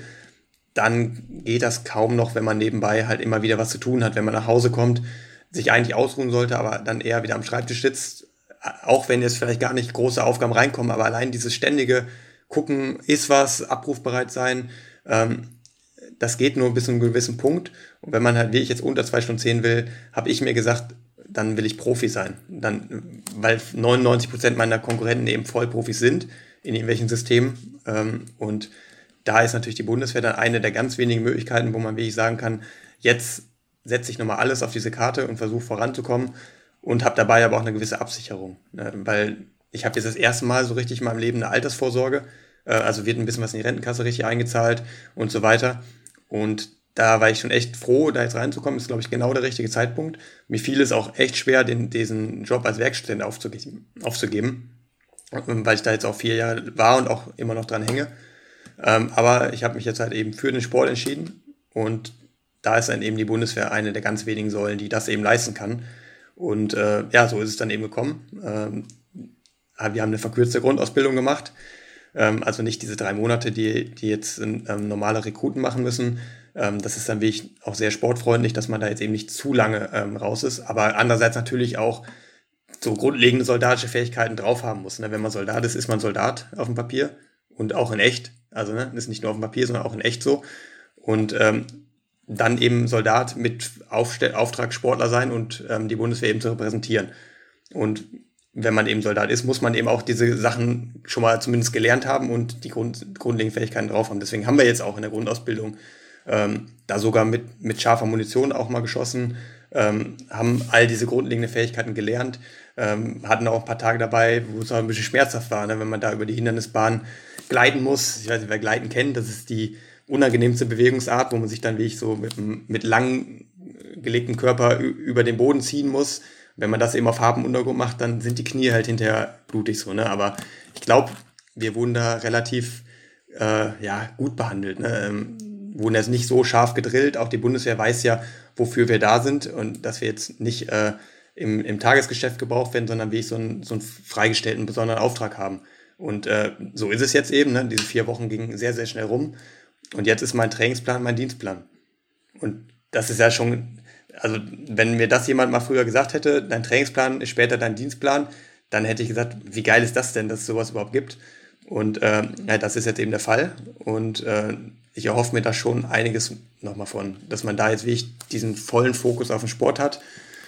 dann geht das kaum noch, wenn man nebenbei halt immer wieder was zu tun hat. Wenn man nach Hause kommt, sich eigentlich ausruhen sollte, aber dann eher wieder am Schreibtisch sitzt, auch wenn jetzt vielleicht gar nicht große Aufgaben reinkommen, aber allein dieses ständige Gucken, ist was, abrufbereit sein, ähm, das geht nur bis zu einem gewissen Punkt. Und wenn man halt wirklich jetzt unter zwei Stunden zehn will, habe ich mir gesagt, dann will ich Profi sein. Dann, weil neunundneunzig Prozent meiner Konkurrenten eben Vollprofis sind in irgendwelchen Systemen. Ähm, und da ist natürlich die Bundeswehr dann eine der ganz wenigen Möglichkeiten, wo man wirklich sagen kann, jetzt setze ich nochmal alles auf diese Karte und versuche voranzukommen und habe dabei aber auch eine gewisse Absicherung. Ne? Weil ich habe jetzt das erste Mal so richtig in meinem Leben eine Altersvorsorge, äh, also wird ein bisschen was in die Rentenkasse richtig eingezahlt und so weiter. Und da war ich schon echt froh, da jetzt reinzukommen. Das ist, glaube ich, genau der richtige Zeitpunkt. Mir fiel es auch echt schwer, den, diesen Job als Werkstudent aufzugeben, aufzugeben, weil ich da jetzt auch vier Jahre war und auch immer noch dran hänge. Ähm, aber ich habe mich jetzt halt eben für den Sport entschieden und da ist dann eben die Bundeswehr eine der ganz wenigen Säulen, die das eben leisten kann. Und äh, ja, so ist es dann eben gekommen. Ähm, wir haben eine verkürzte Grundausbildung gemacht, ähm, also nicht diese drei Monate, die, die jetzt ähm, normale Rekruten machen müssen. Ähm, das ist dann wirklich auch sehr sportfreundlich, dass man da jetzt eben nicht zu lange ähm, raus ist, aber andererseits natürlich auch so grundlegende soldatische Fähigkeiten drauf haben muss. Ne? Wenn man Soldat ist, ist man Soldat auf dem Papier und auch in echt. Also ne, ist nicht nur auf dem Papier, sondern auch in echt so. Und ähm, dann eben Soldat mit Aufste- Auftrag Sportler sein und ähm, die Bundeswehr eben zu repräsentieren. Und wenn man eben Soldat ist, muss man eben auch diese Sachen schon mal zumindest gelernt haben und die Grund, grundlegenden Fähigkeiten drauf haben. Deswegen haben wir jetzt auch in der Grundausbildung ähm, da sogar mit, mit scharfer Munition auch mal geschossen, ähm, haben all diese grundlegenden Fähigkeiten gelernt, ähm, hatten auch ein paar Tage dabei, wo es auch ein bisschen schmerzhaft war, ne, wenn man da über die Hindernisbahn gleiten muss. Ich weiß nicht, wer Gleiten kennt, das ist die unangenehmste Bewegungsart, wo man sich dann wirklich so mit, mit lang gelegtem Körper über den Boden ziehen muss. Wenn man das eben auf hartem Untergrund macht, dann sind die Knie halt hinterher blutig so, ne? Aber ich glaube, wir wurden da relativ äh, ja, gut behandelt, ne? Ähm, wurden jetzt nicht so scharf gedrillt. Auch die Bundeswehr weiß ja, wofür wir da sind und dass wir jetzt nicht äh, im, im Tagesgeschäft gebraucht werden, sondern wirklich so einen, so einen freigestellten, besonderen Auftrag haben. Und äh, so ist es jetzt eben, ne? Diese vier Wochen gingen sehr, sehr schnell rum. Und jetzt ist mein Trainingsplan mein Dienstplan. Und das ist ja schon... Also wenn mir das jemand mal früher gesagt hätte, dein Trainingsplan ist später dein Dienstplan, dann hätte ich gesagt, wie geil ist das denn, dass es sowas überhaupt gibt? Und äh, ja, das ist jetzt eben der Fall. Und äh, ich erhoffe mir da schon einiges nochmal von, dass man da jetzt wirklich diesen vollen Fokus auf den Sport hat.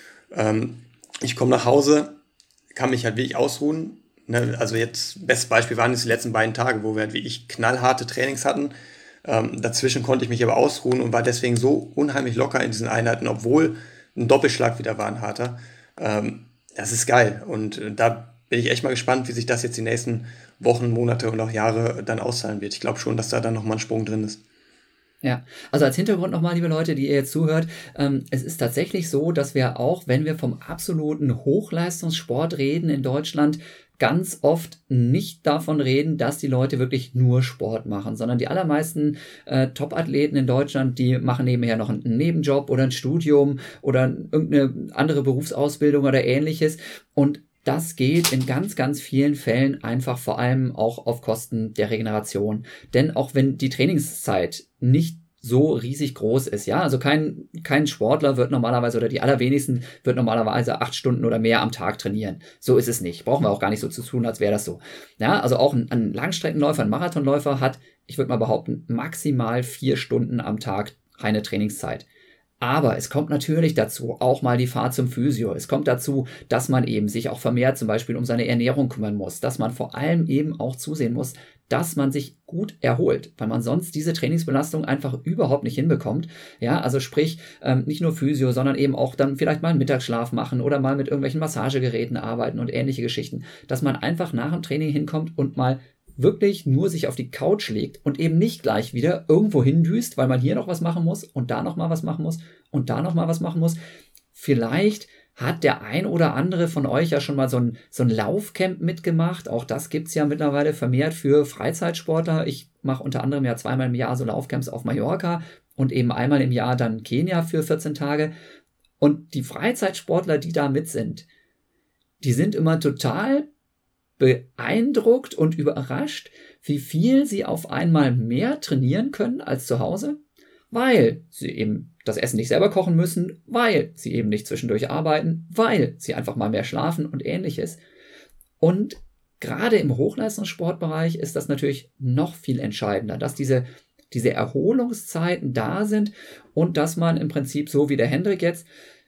Ähm, ich komme nach Hause, kann mich halt wirklich ausruhen. Ne? Also jetzt, bestes Beispiel waren jetzt die letzten beiden Tage, wo wir halt wirklich knallharte Trainings hatten. Ähm, dazwischen konnte ich mich aber ausruhen und war deswegen so unheimlich locker in diesen Einheiten, obwohl ein Doppelschlag wieder war, ein harter. Ähm, das ist geil und äh, da bin ich echt mal gespannt, wie sich das jetzt die nächsten Wochen, Monate und auch Jahre dann auszahlen wird. Ich glaube schon, dass da dann nochmal ein Sprung drin ist. Ja, also als Hintergrund nochmal, liebe Leute, die ihr jetzt zuhört, ähm, es ist tatsächlich so, dass wir auch, wenn wir vom absoluten Hochleistungssport reden in Deutschland, ganz oft nicht davon reden, dass die Leute wirklich nur Sport machen, sondern die allermeisten äh, Top-Athleten in Deutschland, die machen nebenher noch einen Nebenjob oder ein Studium oder irgendeine andere Berufsausbildung oder ähnliches und das geht in ganz, ganz vielen Fällen einfach vor allem auch auf Kosten der Regeneration. Denn auch wenn die Trainingszeit nicht so riesig groß ist, ja, also kein, kein Sportler wird normalerweise oder die allerwenigsten wird normalerweise acht Stunden oder mehr am Tag trainieren. So ist es nicht. Brauchen wir auch gar nicht so zu tun, als wäre das so. Ja, also auch ein, ein Langstreckenläufer, ein Marathonläufer hat, ich würde mal behaupten, maximal vier Stunden am Tag reine Trainingszeit. Aber es kommt natürlich dazu auch mal die Fahrt zum Physio. Es kommt dazu, dass man eben sich auch vermehrt zum Beispiel um seine Ernährung kümmern muss, dass man vor allem eben auch zusehen muss, dass man sich gut erholt, weil man sonst diese Trainingsbelastung einfach überhaupt nicht hinbekommt. Ja, also sprich, ähm, nicht nur Physio, sondern eben auch dann vielleicht mal einen Mittagsschlaf machen oder mal mit irgendwelchen Massagegeräten arbeiten und ähnliche Geschichten, dass man einfach nach dem Training hinkommt und mal wirklich nur sich auf die Couch legt und eben nicht gleich wieder irgendwo hindüst, weil man hier noch was machen muss und da noch mal was machen muss und da noch mal was machen muss. Vielleicht hat der ein oder andere von euch ja schon mal so ein, so ein Laufcamp mitgemacht. Auch das gibt es ja mittlerweile vermehrt für Freizeitsportler. Ich mache unter anderem ja zweimal im Jahr so Laufcamps auf Mallorca und eben einmal im Jahr dann Kenia für vierzehn Tage. Und die Freizeitsportler, die da mit sind, die sind immer total beeindruckt und überrascht, wie viel sie auf einmal mehr trainieren können als zu Hause, weil sie eben das Essen nicht selber kochen müssen, weil sie eben nicht zwischendurch arbeiten, weil sie einfach mal mehr schlafen und ähnliches. Und gerade im Hochleistungssportbereich ist das natürlich noch viel entscheidender, dass diese, diese Erholungszeiten da sind und dass man im Prinzip so wie der Hendrik jetzt,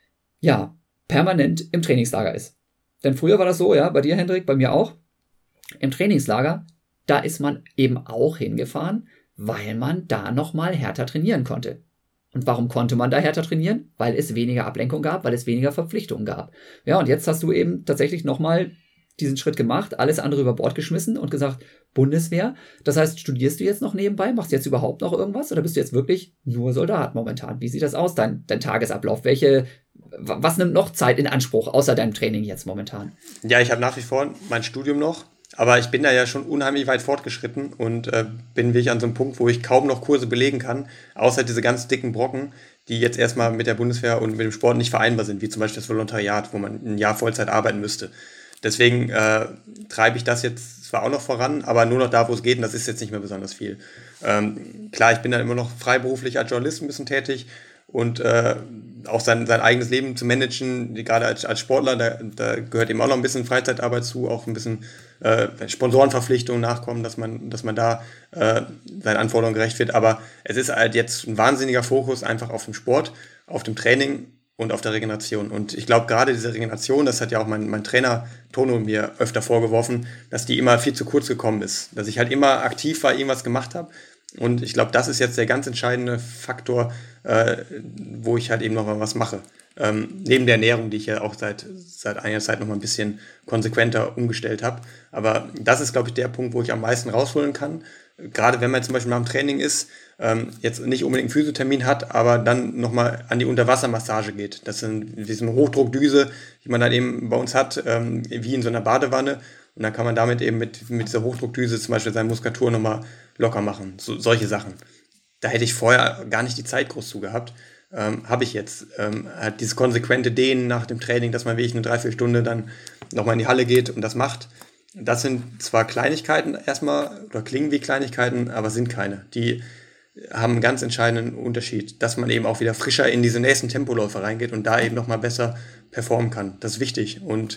ja, permanent im Trainingslager ist. Denn früher war das so, ja, bei dir, Hendrik, bei mir auch. Im Trainingslager, da ist man eben auch hingefahren, weil man da nochmal härter trainieren konnte. Und warum konnte man da härter trainieren? Weil es weniger Ablenkung gab, weil es weniger Verpflichtungen gab. Ja, und jetzt hast du eben tatsächlich nochmal diesen Schritt gemacht, alles andere über Bord geschmissen und gesagt, Bundeswehr. Das heißt, studierst du jetzt noch nebenbei? Machst du jetzt überhaupt noch irgendwas? Oder bist du jetzt wirklich nur Soldat momentan? Wie sieht das aus, dein, dein Tagesablauf? Welche, was nimmt noch Zeit in Anspruch, außer deinem Training jetzt momentan? Ja, ich habe nach wie vor mein Studium noch. Aber ich bin da ja schon unheimlich weit fortgeschritten und äh, bin wirklich an so einem Punkt, wo ich kaum noch Kurse belegen kann, außer diese ganz dicken Brocken, die jetzt erstmal mit der Bundeswehr und mit dem Sport nicht vereinbar sind, wie zum Beispiel das Volontariat, wo man ein Jahr Vollzeit arbeiten müsste. Deswegen äh, treibe ich das jetzt zwar auch noch voran, aber nur noch da, wo es geht, und das ist jetzt nicht mehr besonders viel. Ähm, klar, ich bin dann immer noch freiberuflich als Journalist ein bisschen tätig und äh, auch sein, sein eigenes Leben zu managen, gerade als, als Sportler, da, da gehört eben auch noch ein bisschen Freizeitarbeit zu, auch ein bisschen äh, Sponsorenverpflichtungen nachkommen, dass man, dass man da äh, seinen Anforderungen gerecht wird. Aber es ist halt jetzt ein wahnsinniger Fokus einfach auf dem Sport, auf dem Training und auf der Regeneration. Und ich glaube, gerade diese Regeneration, das hat ja auch mein, mein Trainer Tono mir öfter vorgeworfen, dass die immer viel zu kurz gekommen ist. Dass ich halt immer aktiv war, irgendwas gemacht habe. Und ich glaube, das ist jetzt der ganz entscheidende Faktor, äh, wo ich halt eben noch mal was mache. Ähm, neben der Ernährung, die ich ja auch seit, seit einiger Zeit noch mal ein bisschen konsequenter umgestellt habe. Aber das ist, glaube ich, der Punkt, wo ich am meisten rausholen kann. Gerade wenn man zum Beispiel nach dem Training ist, ähm, jetzt nicht unbedingt einen Physiothermin hat, aber dann nochmal an die Unterwassermassage geht. Das sind diese Hochdruckdüse, die man dann eben bei uns hat, ähm, wie in so einer Badewanne. Und dann kann man damit eben mit, mit dieser Hochdruckdüse zum Beispiel seine Muskulatur nochmal locker machen. So, solche Sachen. Da hätte ich vorher gar nicht die Zeit groß zu gehabt. Ähm, habe ich jetzt. Ähm, halt dieses konsequente Dehnen nach dem Training, dass man wirklich eine Dreiviertelstunde dann nochmal in die Halle geht und das macht. Das sind zwar Kleinigkeiten erstmal, oder klingen wie Kleinigkeiten, aber sind keine. Die haben einen ganz entscheidenden Unterschied, dass man eben auch wieder frischer in diese nächsten Tempoläufe reingeht und da eben nochmal besser performen kann. Das ist wichtig. Und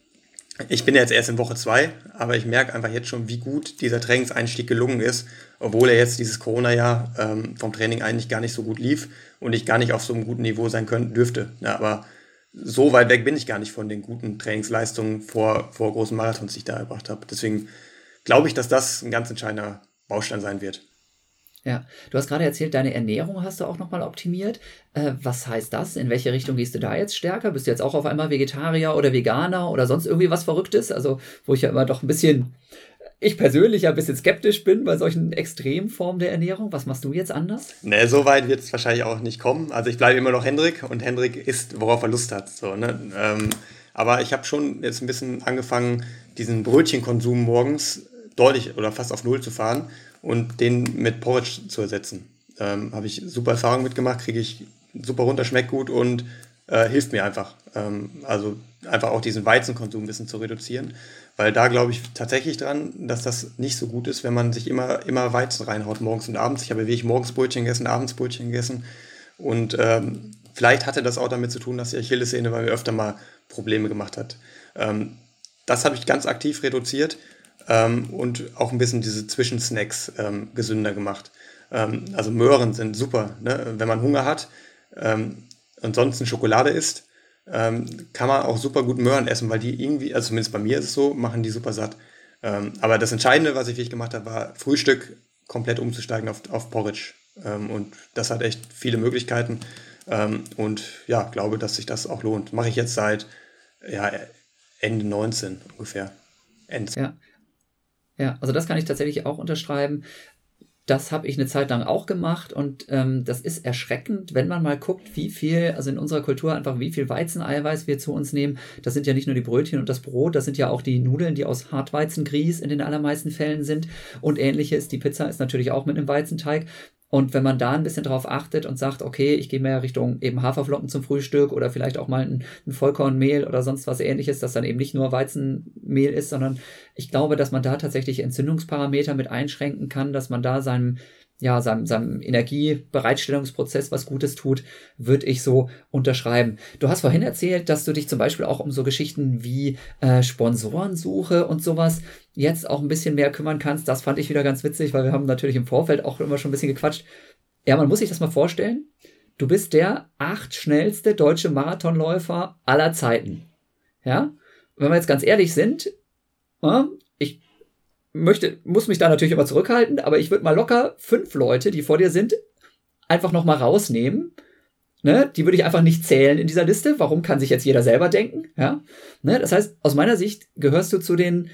ich bin jetzt erst in Woche zwei, aber ich merke einfach jetzt schon, wie gut dieser Trainingseinstieg gelungen ist, obwohl er jetzt dieses Corona-Jahr ähm, vom Training eigentlich gar nicht so gut lief und ich gar nicht auf so einem guten Niveau sein können, dürfte. Ja, aber so weit weg bin ich gar nicht von den guten Trainingsleistungen vor, vor großen Marathons, die ich da erbracht habe. Deswegen glaube ich, dass das ein ganz entscheidender Baustein sein wird. Ja, du hast gerade erzählt, deine Ernährung hast du auch nochmal optimiert. Äh, was heißt das? In welche Richtung gehst du da jetzt stärker? Bist du jetzt auch auf einmal Vegetarier oder Veganer oder sonst irgendwie was Verrücktes? Also, wo ich ja immer doch ein bisschen, ich persönlich ja ein bisschen skeptisch bin bei solchen Extremformen der Ernährung. Was machst du jetzt anders? Ne, so weit wird es wahrscheinlich auch nicht kommen. Also ich bleibe immer noch Hendrik und Hendrik isst, worauf er Lust hat. So, ne? ähm, aber ich habe schon jetzt ein bisschen angefangen, diesen Brötchenkonsum morgens deutlich oder fast auf Null zu fahren und den mit Porridge zu ersetzen. Ähm, habe ich super Erfahrung mitgemacht, kriege ich super runter, schmeckt gut und äh, hilft mir einfach. Ähm, also einfach auch diesen Weizenkonsum ein bisschen zu reduzieren, weil da glaube ich tatsächlich dran, dass das nicht so gut ist, wenn man sich immer, immer Weizen reinhaut, morgens und abends. Ich habe wirklich morgens Brötchen gegessen, abends Brötchen gegessen und ähm, vielleicht hatte das auch damit zu tun, dass die Achillessehne bei mir öfter mal Probleme gemacht hat. Ähm, das habe ich ganz aktiv reduziert. Ähm, und auch ein bisschen diese Zwischensnacks ähm, gesünder gemacht. Ähm, also Möhren sind super, ne? Wenn man Hunger hat, ähm, ansonsten Schokolade isst, ähm, kann man auch super gut Möhren essen, weil die irgendwie, also zumindest bei mir ist es so, machen die super satt. Ähm, aber das Entscheidende, was ich wirklich gemacht habe, war Frühstück komplett umzusteigen auf, auf Porridge. Ähm, und das hat echt viele Möglichkeiten. Ähm, und ja, glaube, dass sich das auch lohnt. Mache ich jetzt seit ja, Ende neunzehn ungefähr. Ende. Ja. Ja, also das kann ich tatsächlich auch unterschreiben. Das habe ich eine Zeit lang auch gemacht und ähm, das ist erschreckend, wenn man mal guckt, wie viel, also in unserer Kultur einfach, wie viel Weizeneiweiß wir zu uns nehmen. Das sind ja nicht nur die Brötchen und das Brot, das sind ja auch die Nudeln, die aus Hartweizengrieß in den allermeisten Fällen sind und ähnliches. Die Pizza ist natürlich auch mit einem Weizenteig. Und wenn man da ein bisschen drauf achtet und sagt, okay, ich gehe mehr Richtung eben Haferflocken zum Frühstück oder vielleicht auch mal ein, ein Vollkornmehl oder sonst was Ähnliches, das dann eben nicht nur Weizenmehl ist, sondern ich glaube, dass man da tatsächlich Entzündungsparameter mit einschränken kann, dass man da seinem, ja, seinem, seinem Energiebereitstellungsprozess was Gutes tut, würde ich so unterschreiben. Du hast vorhin erzählt, dass du dich zum Beispiel auch um so Geschichten wie äh, Sponsorensuche und sowas jetzt auch ein bisschen mehr kümmern kannst. Das fand ich wieder ganz witzig, weil wir haben natürlich im Vorfeld auch immer schon ein bisschen gequatscht. Ja, man muss sich das mal vorstellen. Du bist der acht schnellste deutsche Marathonläufer aller Zeiten. Ja, wenn wir jetzt ganz ehrlich sind, ich möchte, muss mich da natürlich immer zurückhalten, aber ich würde mal locker fünf Leute, die vor dir sind, einfach nochmal rausnehmen. Ne? Die würde ich einfach nicht zählen in dieser Liste. Warum, kann sich jetzt jeder selber denken? Ja? Ne? Das heißt, aus meiner Sicht gehörst du zu den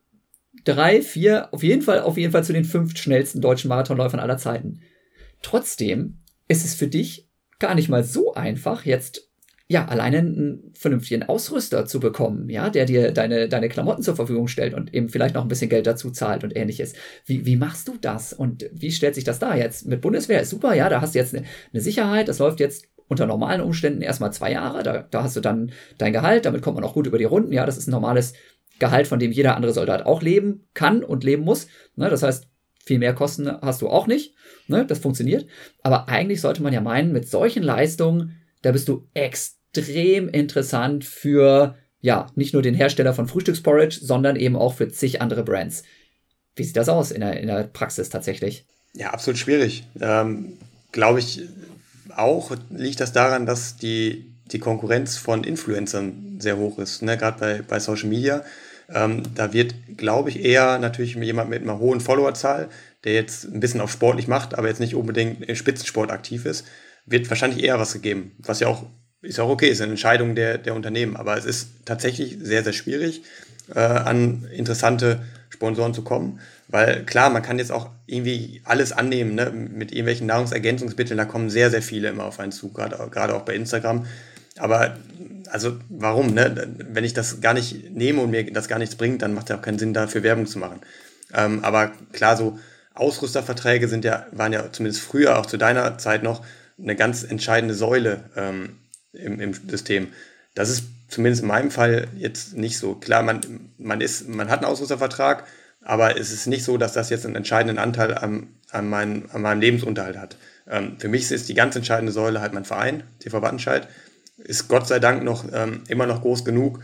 drei, vier, auf jeden Fall, auf jeden Fall zu den fünf schnellsten deutschen Marathonläufern aller Zeiten. Trotzdem ist es für dich gar nicht mal so einfach, jetzt ja alleine einen vernünftigen Ausrüster zu bekommen, ja, der dir deine, deine Klamotten zur Verfügung stellt und eben vielleicht noch ein bisschen Geld dazu zahlt und ähnliches. Wie, wie machst du das und wie stellt sich das da jetzt? Mit Bundeswehr ist super, ja, da hast du jetzt eine, eine Sicherheit, das läuft jetzt unter normalen Umständen erstmal zwei Jahre, da, da hast du dann dein Gehalt, damit kommt man auch gut über die Runden, ja, das ist ein normales Gehalt, von dem jeder andere Soldat auch leben kann und leben muss. Ne? Das heißt, viel mehr Kosten hast du auch nicht. Ne? Das funktioniert. Aber eigentlich sollte man ja meinen, mit solchen Leistungen, da bist du extrem interessant für, ja, nicht nur den Hersteller von Frühstücksporridge, sondern eben auch für zig andere Brands. Wie sieht das aus in der, in der Praxis tatsächlich? Ja, absolut schwierig. Ähm, glaube ich, auch liegt das daran, dass die die Konkurrenz von Influencern sehr hoch ist, ne? Gerade bei, bei Social Media. Ähm, da wird, glaube ich, eher natürlich jemand mit einer hohen Followerzahl, der jetzt ein bisschen auf sportlich macht, aber jetzt nicht unbedingt im Spitzensport aktiv ist, wird wahrscheinlich eher was gegeben, was ja auch, ist auch okay, ist eine Entscheidung der, der Unternehmen, aber es ist tatsächlich sehr, sehr schwierig, äh, an interessante Sponsoren zu kommen, weil klar, man kann jetzt auch irgendwie alles annehmen, ne? Mit irgendwelchen Nahrungsergänzungsmitteln, da kommen sehr, sehr viele immer auf einen zu, gerade, gerade auch bei Instagram. Aber also warum, ne? Wenn ich das gar nicht nehme und mir das gar nichts bringt, dann macht es ja auch keinen Sinn, dafür Werbung zu machen. Ähm, aber klar, so Ausrüsterverträge sind ja, waren ja zumindest früher, auch zu deiner Zeit noch, eine ganz entscheidende Säule ähm, im, im System. Das ist zumindest in meinem Fall jetzt nicht so. Klar, man, man, ist, man hat einen Ausrüstervertrag, aber es ist nicht so, dass das jetzt einen entscheidenden Anteil am, an, mein, an meinem Lebensunterhalt hat. Ähm, für mich ist die ganz entscheidende Säule halt mein Verein, T V Wattenscheid. Ist Gott sei Dank noch ähm, immer noch groß genug,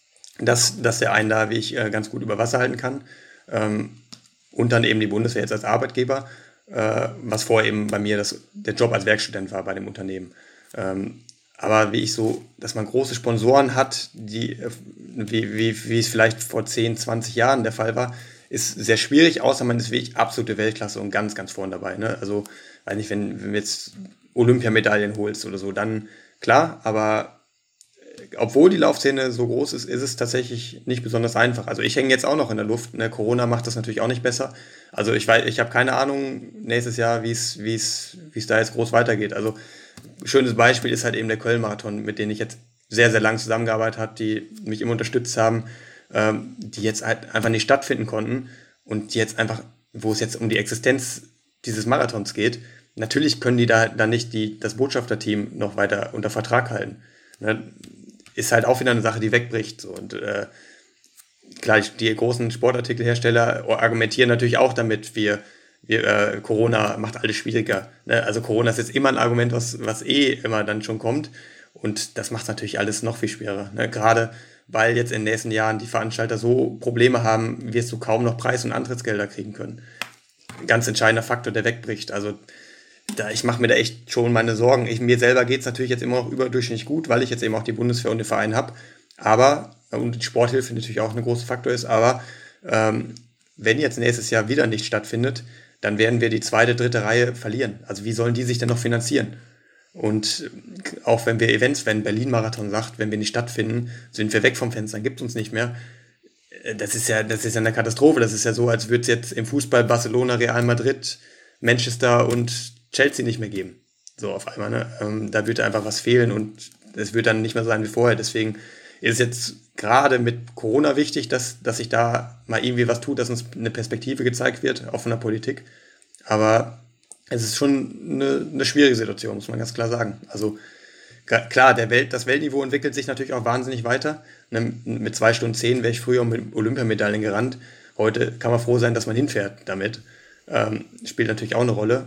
dass, dass der einen da wie ich äh, ganz gut über Wasser halten kann. Ähm, und dann eben die Bundeswehr jetzt als Arbeitgeber, äh, was vorher eben bei mir das, der Job als Werkstudent war bei dem Unternehmen. Ähm, aber wie ich so, dass man große Sponsoren hat, die, äh, wie, wie, wie es vielleicht vor zehn, zwanzig Jahren der Fall war, ist sehr schwierig, außer man ist wirklich absolute Weltklasse und ganz, ganz vorne dabei. Ne? Also, weiß nicht, wenn, wenn du jetzt Olympiamedaillen holst oder so, dann klar, aber obwohl die Laufszene so groß ist, ist es tatsächlich nicht besonders einfach. Also ich hänge jetzt auch noch in der Luft. Ne? Corona macht das natürlich auch nicht besser. Also ich weiß, ich habe keine Ahnung nächstes Jahr, wie es, wie es, wie es da jetzt groß weitergeht. Also ein schönes Beispiel ist halt eben der Köln-Marathon, mit dem ich jetzt sehr, sehr lange zusammengearbeitet habe, die mich immer unterstützt haben, ähm, die jetzt halt einfach nicht stattfinden konnten und die jetzt einfach, wo es jetzt um die Existenz dieses Marathons geht, natürlich können die da dann nicht die, das Botschafterteam noch weiter unter Vertrag halten. Ne? Ist halt auch wieder eine Sache, die wegbricht. So. Und äh, klar, die großen Sportartikelhersteller argumentieren natürlich auch damit, wir, wir äh, Corona macht alles schwieriger. Ne? Also Corona ist jetzt immer ein Argument, was, was eh immer dann schon kommt. Und das macht natürlich alles noch viel schwerer. Ne? Gerade weil jetzt in den nächsten Jahren die Veranstalter so Probleme haben, wirst du kaum noch Preis- und Antrittsgelder kriegen können. ganz entscheidender Faktor, der wegbricht. Also da, ich mache mir da echt schon meine Sorgen. Ich, mir selber geht es natürlich jetzt immer noch überdurchschnittlich gut, weil ich jetzt eben auch die Bundeswehr und den Verein habe. Aber, und die Sporthilfe natürlich auch ein großer Faktor ist, aber ähm, wenn jetzt nächstes Jahr wieder nicht stattfindet, dann werden wir die zweite, dritte Reihe verlieren. Also wie sollen die sich denn noch finanzieren? Und auch wenn wir Events, wenn Berlin-Marathon sagt, wenn wir nicht stattfinden, sind wir weg vom Fenster, dann gibt es uns nicht mehr. Das ist ja, das ist ja eine Katastrophe. Das ist ja so, als würde es jetzt im Fußball Barcelona, Real Madrid, Manchester und Chelsea nicht mehr geben. So auf einmal, ne? Ähm, da würde einfach was fehlen und es wird dann nicht mehr sein wie vorher. Deswegen ist es jetzt gerade mit Corona wichtig, dass, dass sich da mal irgendwie was tut, dass uns eine Perspektive gezeigt wird, auch von der Politik. Aber es ist schon eine, eine schwierige Situation, muss man ganz klar sagen. Also klar, der Welt, das Weltniveau entwickelt sich natürlich auch wahnsinnig weiter. Ne, mit zwei Stunden zehn wäre ich früher mit Olympiamedaillen gerannt. Heute kann man froh sein, dass man hinfährt damit. Ähm, spielt natürlich auch eine Rolle.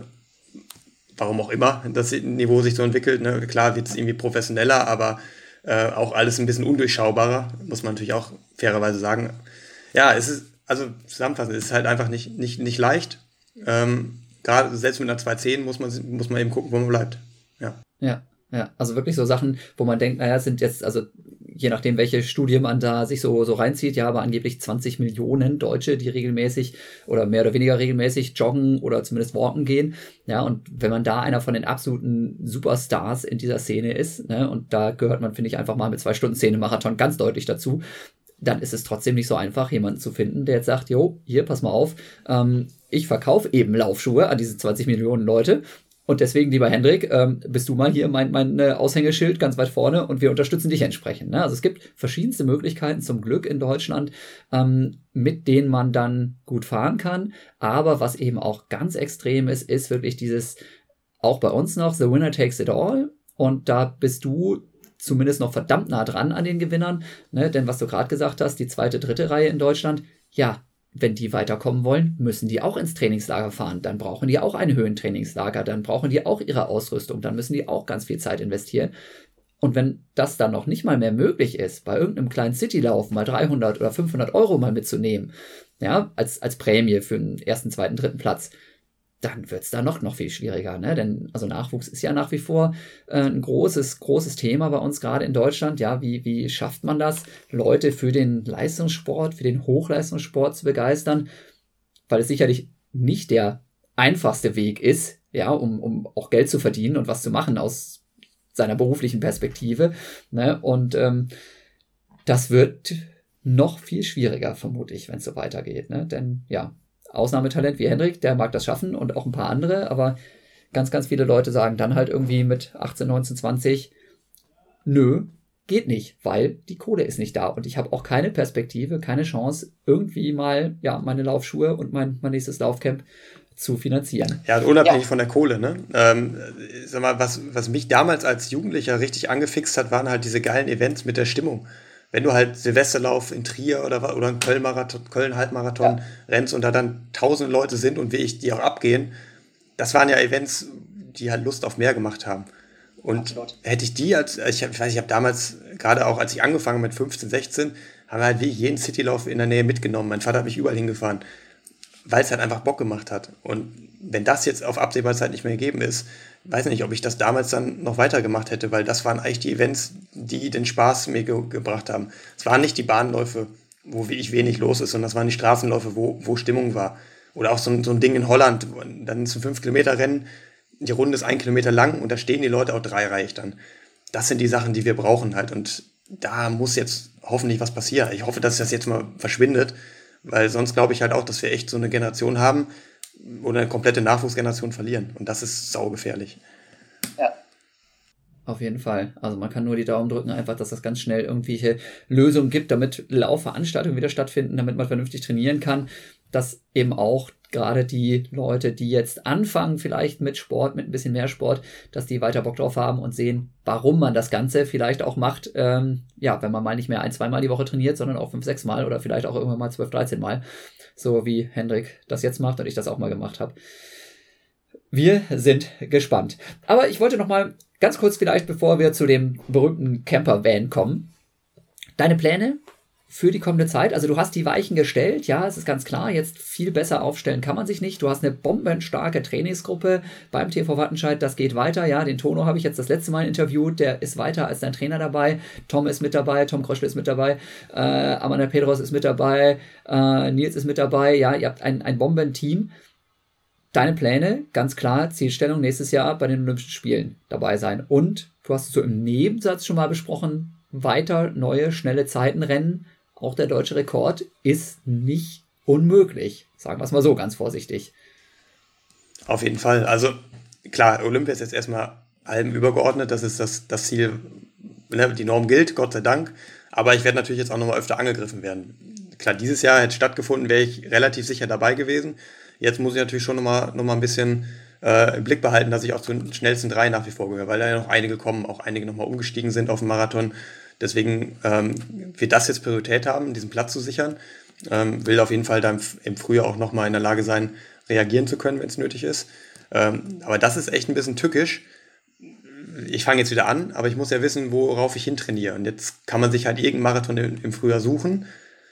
Warum auch immer das Niveau sich so entwickelt. Ne? Klar wird es irgendwie professioneller, aber äh, auch alles ein bisschen undurchschaubarer, muss man natürlich auch fairerweise sagen. Ja, es ist, also zusammenfassend, es ist halt einfach nicht, nicht, nicht leicht. Ähm, Gerade selbst mit einer zwei zehn muss man, muss man eben gucken, wo man bleibt. Ja. Ja, ja, also wirklich so Sachen, wo man denkt, naja, sind jetzt, also je nachdem, welche Studie man da sich so, so reinzieht, ja, aber angeblich zwanzig Millionen Deutsche, die regelmäßig oder mehr oder weniger regelmäßig joggen oder zumindest walken gehen. Ja, und wenn man da einer von den absoluten Superstars in dieser Szene ist, ne, und da gehört man, finde ich, einfach mal mit zwei Stunden zehn im Marathon ganz deutlich dazu, dann ist es trotzdem nicht so einfach, jemanden zu finden, der jetzt sagt, jo, hier, pass mal auf, ähm, ich verkaufe eben Laufschuhe an diese zwanzig Millionen Leute. Und deswegen, lieber Hendrik, ähm, bist du mal hier mein, mein äh, Aushängeschild ganz weit vorne und wir unterstützen dich entsprechend. Ne? Also es gibt verschiedenste Möglichkeiten zum Glück in Deutschland, ähm, mit denen man dann gut fahren kann. Aber was eben auch ganz extrem ist, ist wirklich dieses, auch bei uns noch, the winner takes it all. Und da bist du zumindest noch verdammt nah dran an den Gewinnern. Ne? Denn was du gerade gesagt hast, die zweite, dritte Reihe in Deutschland, ja, wenn die weiterkommen wollen, müssen die auch ins Trainingslager fahren. Dann brauchen die auch ein Höhentrainingslager. Dann brauchen die auch ihre Ausrüstung. Dann müssen die auch ganz viel Zeit investieren. Und wenn das dann noch nicht mal mehr möglich ist, bei irgendeinem kleinen Citylauf mal dreihundert oder fünfhundert Euro mal mitzunehmen, ja, als, als Prämie für den ersten, zweiten, dritten Platz, dann wird es da noch, noch viel schwieriger, ne? Denn also Nachwuchs ist ja nach wie vor äh, ein großes, großes Thema bei uns, gerade in Deutschland. Ja, wie, wie schafft man das, Leute für den Leistungssport, für den Hochleistungssport zu begeistern? Weil es sicherlich nicht der einfachste Weg ist, ja, um, um auch Geld zu verdienen und was zu machen aus seiner beruflichen Perspektive. Ne? Und ähm, das wird noch viel schwieriger, vermute ich, wenn es so weitergeht. Ne? Denn ja, Ausnahmetalent wie Hendrik, der mag das schaffen und auch ein paar andere, aber ganz, ganz viele Leute sagen dann halt irgendwie mit achtzehn, neunzehn, zwanzig, nö, geht nicht, weil die Kohle ist nicht da und ich habe auch keine Perspektive, keine Chance, irgendwie mal ja meine Laufschuhe und mein, mein nächstes Laufcamp zu finanzieren. Ja, unabhängig ja. von der Kohle, ne? Ähm, sag mal, was, was mich damals als Jugendlicher richtig angefixt hat, waren halt diese geilen Events mit der Stimmung. Wenn du halt Silvesterlauf in Trier oder, oder einen Köln-Marathon, Köln-Halbmarathon ja. rennst und da dann tausend Leute sind und wie ich, die auch abgehen, das waren ja Events, die halt Lust auf mehr gemacht haben. Und Absolut. hätte ich die als, ich, hab, ich weiß, ich habe damals, gerade auch als ich angefangen mit fünfzehn, sechzehn, haben wir halt wie jeden Citylauf in der Nähe mitgenommen. Mein Vater hat mich überall hingefahren, weil es halt einfach Bock gemacht hat. Und wenn das jetzt auf absehbare Zeit nicht mehr gegeben ist, weiß nicht, ob ich das damals dann noch weitergemacht hätte, weil das waren eigentlich die Events, die den Spaß mir ge- gebracht haben. Es waren nicht die Bahnläufe, wo wirklich wenig los ist, sondern das waren die Straßenläufe, wo, wo Stimmung war. Oder auch so ein, so ein Ding in Holland, dann ist ein fünf Kilometer Rennen, die Runde ist ein Kilometer lang und da stehen die Leute auch dreireihig dann. Das sind die Sachen, die wir brauchen halt und da muss jetzt hoffentlich was passieren. Ich hoffe, dass das jetzt mal verschwindet, weil sonst glaube ich halt auch, dass wir echt so eine Generation haben oder eine komplette Nachwuchsgeneration verlieren. Und das ist saugefährlich. Ja. Auf jeden Fall. Also man kann nur die Daumen drücken, einfach, dass das ganz schnell irgendwelche Lösungen gibt, damit Laufveranstaltungen wieder stattfinden, damit man vernünftig trainieren kann, dass eben auch gerade die Leute, die jetzt anfangen, vielleicht mit Sport, mit ein bisschen mehr Sport, dass die weiter Bock drauf haben und sehen, warum man das Ganze vielleicht auch macht, ähm, ja, wenn man mal nicht mehr ein-, zweimal die Woche trainiert, sondern auch fünf-, sechs Mal oder vielleicht auch irgendwann mal zwölf-, dreizehn Mal, so wie Hendrik das jetzt macht und ich das auch mal gemacht habe. Wir sind gespannt. Aber ich wollte noch mal ganz kurz vielleicht, bevor wir zu dem berühmten Camper-Van kommen, deine Pläne für die kommende Zeit? Also du hast die Weichen gestellt, ja, es ist ganz klar, jetzt viel besser aufstellen kann man sich nicht. Du hast eine bombenstarke Trainingsgruppe beim T V Wattenscheid, das geht weiter, ja, den Tono habe ich jetzt das letzte Mal interviewt, der ist weiter als dein Trainer dabei, Tom ist mit dabei, Tom Kröschel ist mit dabei, äh, Amanda Pedros ist mit dabei, äh, Nils ist mit dabei, ja, ihr habt ein, ein Bombenteam. Deine Pläne, ganz klar, Zielstellung nächstes Jahr bei den Olympischen Spielen dabei sein. Und du hast es so im Nebensatz schon mal besprochen, weiter neue, schnelle Zeiten rennen. Auch der deutsche Rekord ist nicht unmöglich. Sagen wir es mal so, ganz vorsichtig. Auf jeden Fall. Also klar, Olympia ist jetzt erstmal allem übergeordnet. Das ist das, das Ziel. Die Norm gilt, Gott sei Dank. Aber ich werde natürlich jetzt auch nochmal öfter angegriffen werden. Klar, dieses Jahr hätte stattgefunden, wäre ich relativ sicher dabei gewesen. Jetzt muss ich natürlich schon nochmal noch mal ein bisschen äh, im Blick behalten, dass ich auch zu den schnellsten drei nach wie vor gehöre, weil da ja noch einige kommen, auch einige nochmal umgestiegen sind auf den Marathon. Deswegen ähm, wird das jetzt Priorität haben, diesen Platz zu sichern. Ähm, will auf jeden Fall dann im Frühjahr auch nochmal in der Lage sein, reagieren zu können, wenn es nötig ist. Ähm, aber das ist echt ein bisschen tückisch. Ich fange jetzt wieder an, aber ich muss ja wissen, worauf ich hintrainiere. Und jetzt kann man sich halt irgendeinen Marathon im, im Frühjahr suchen,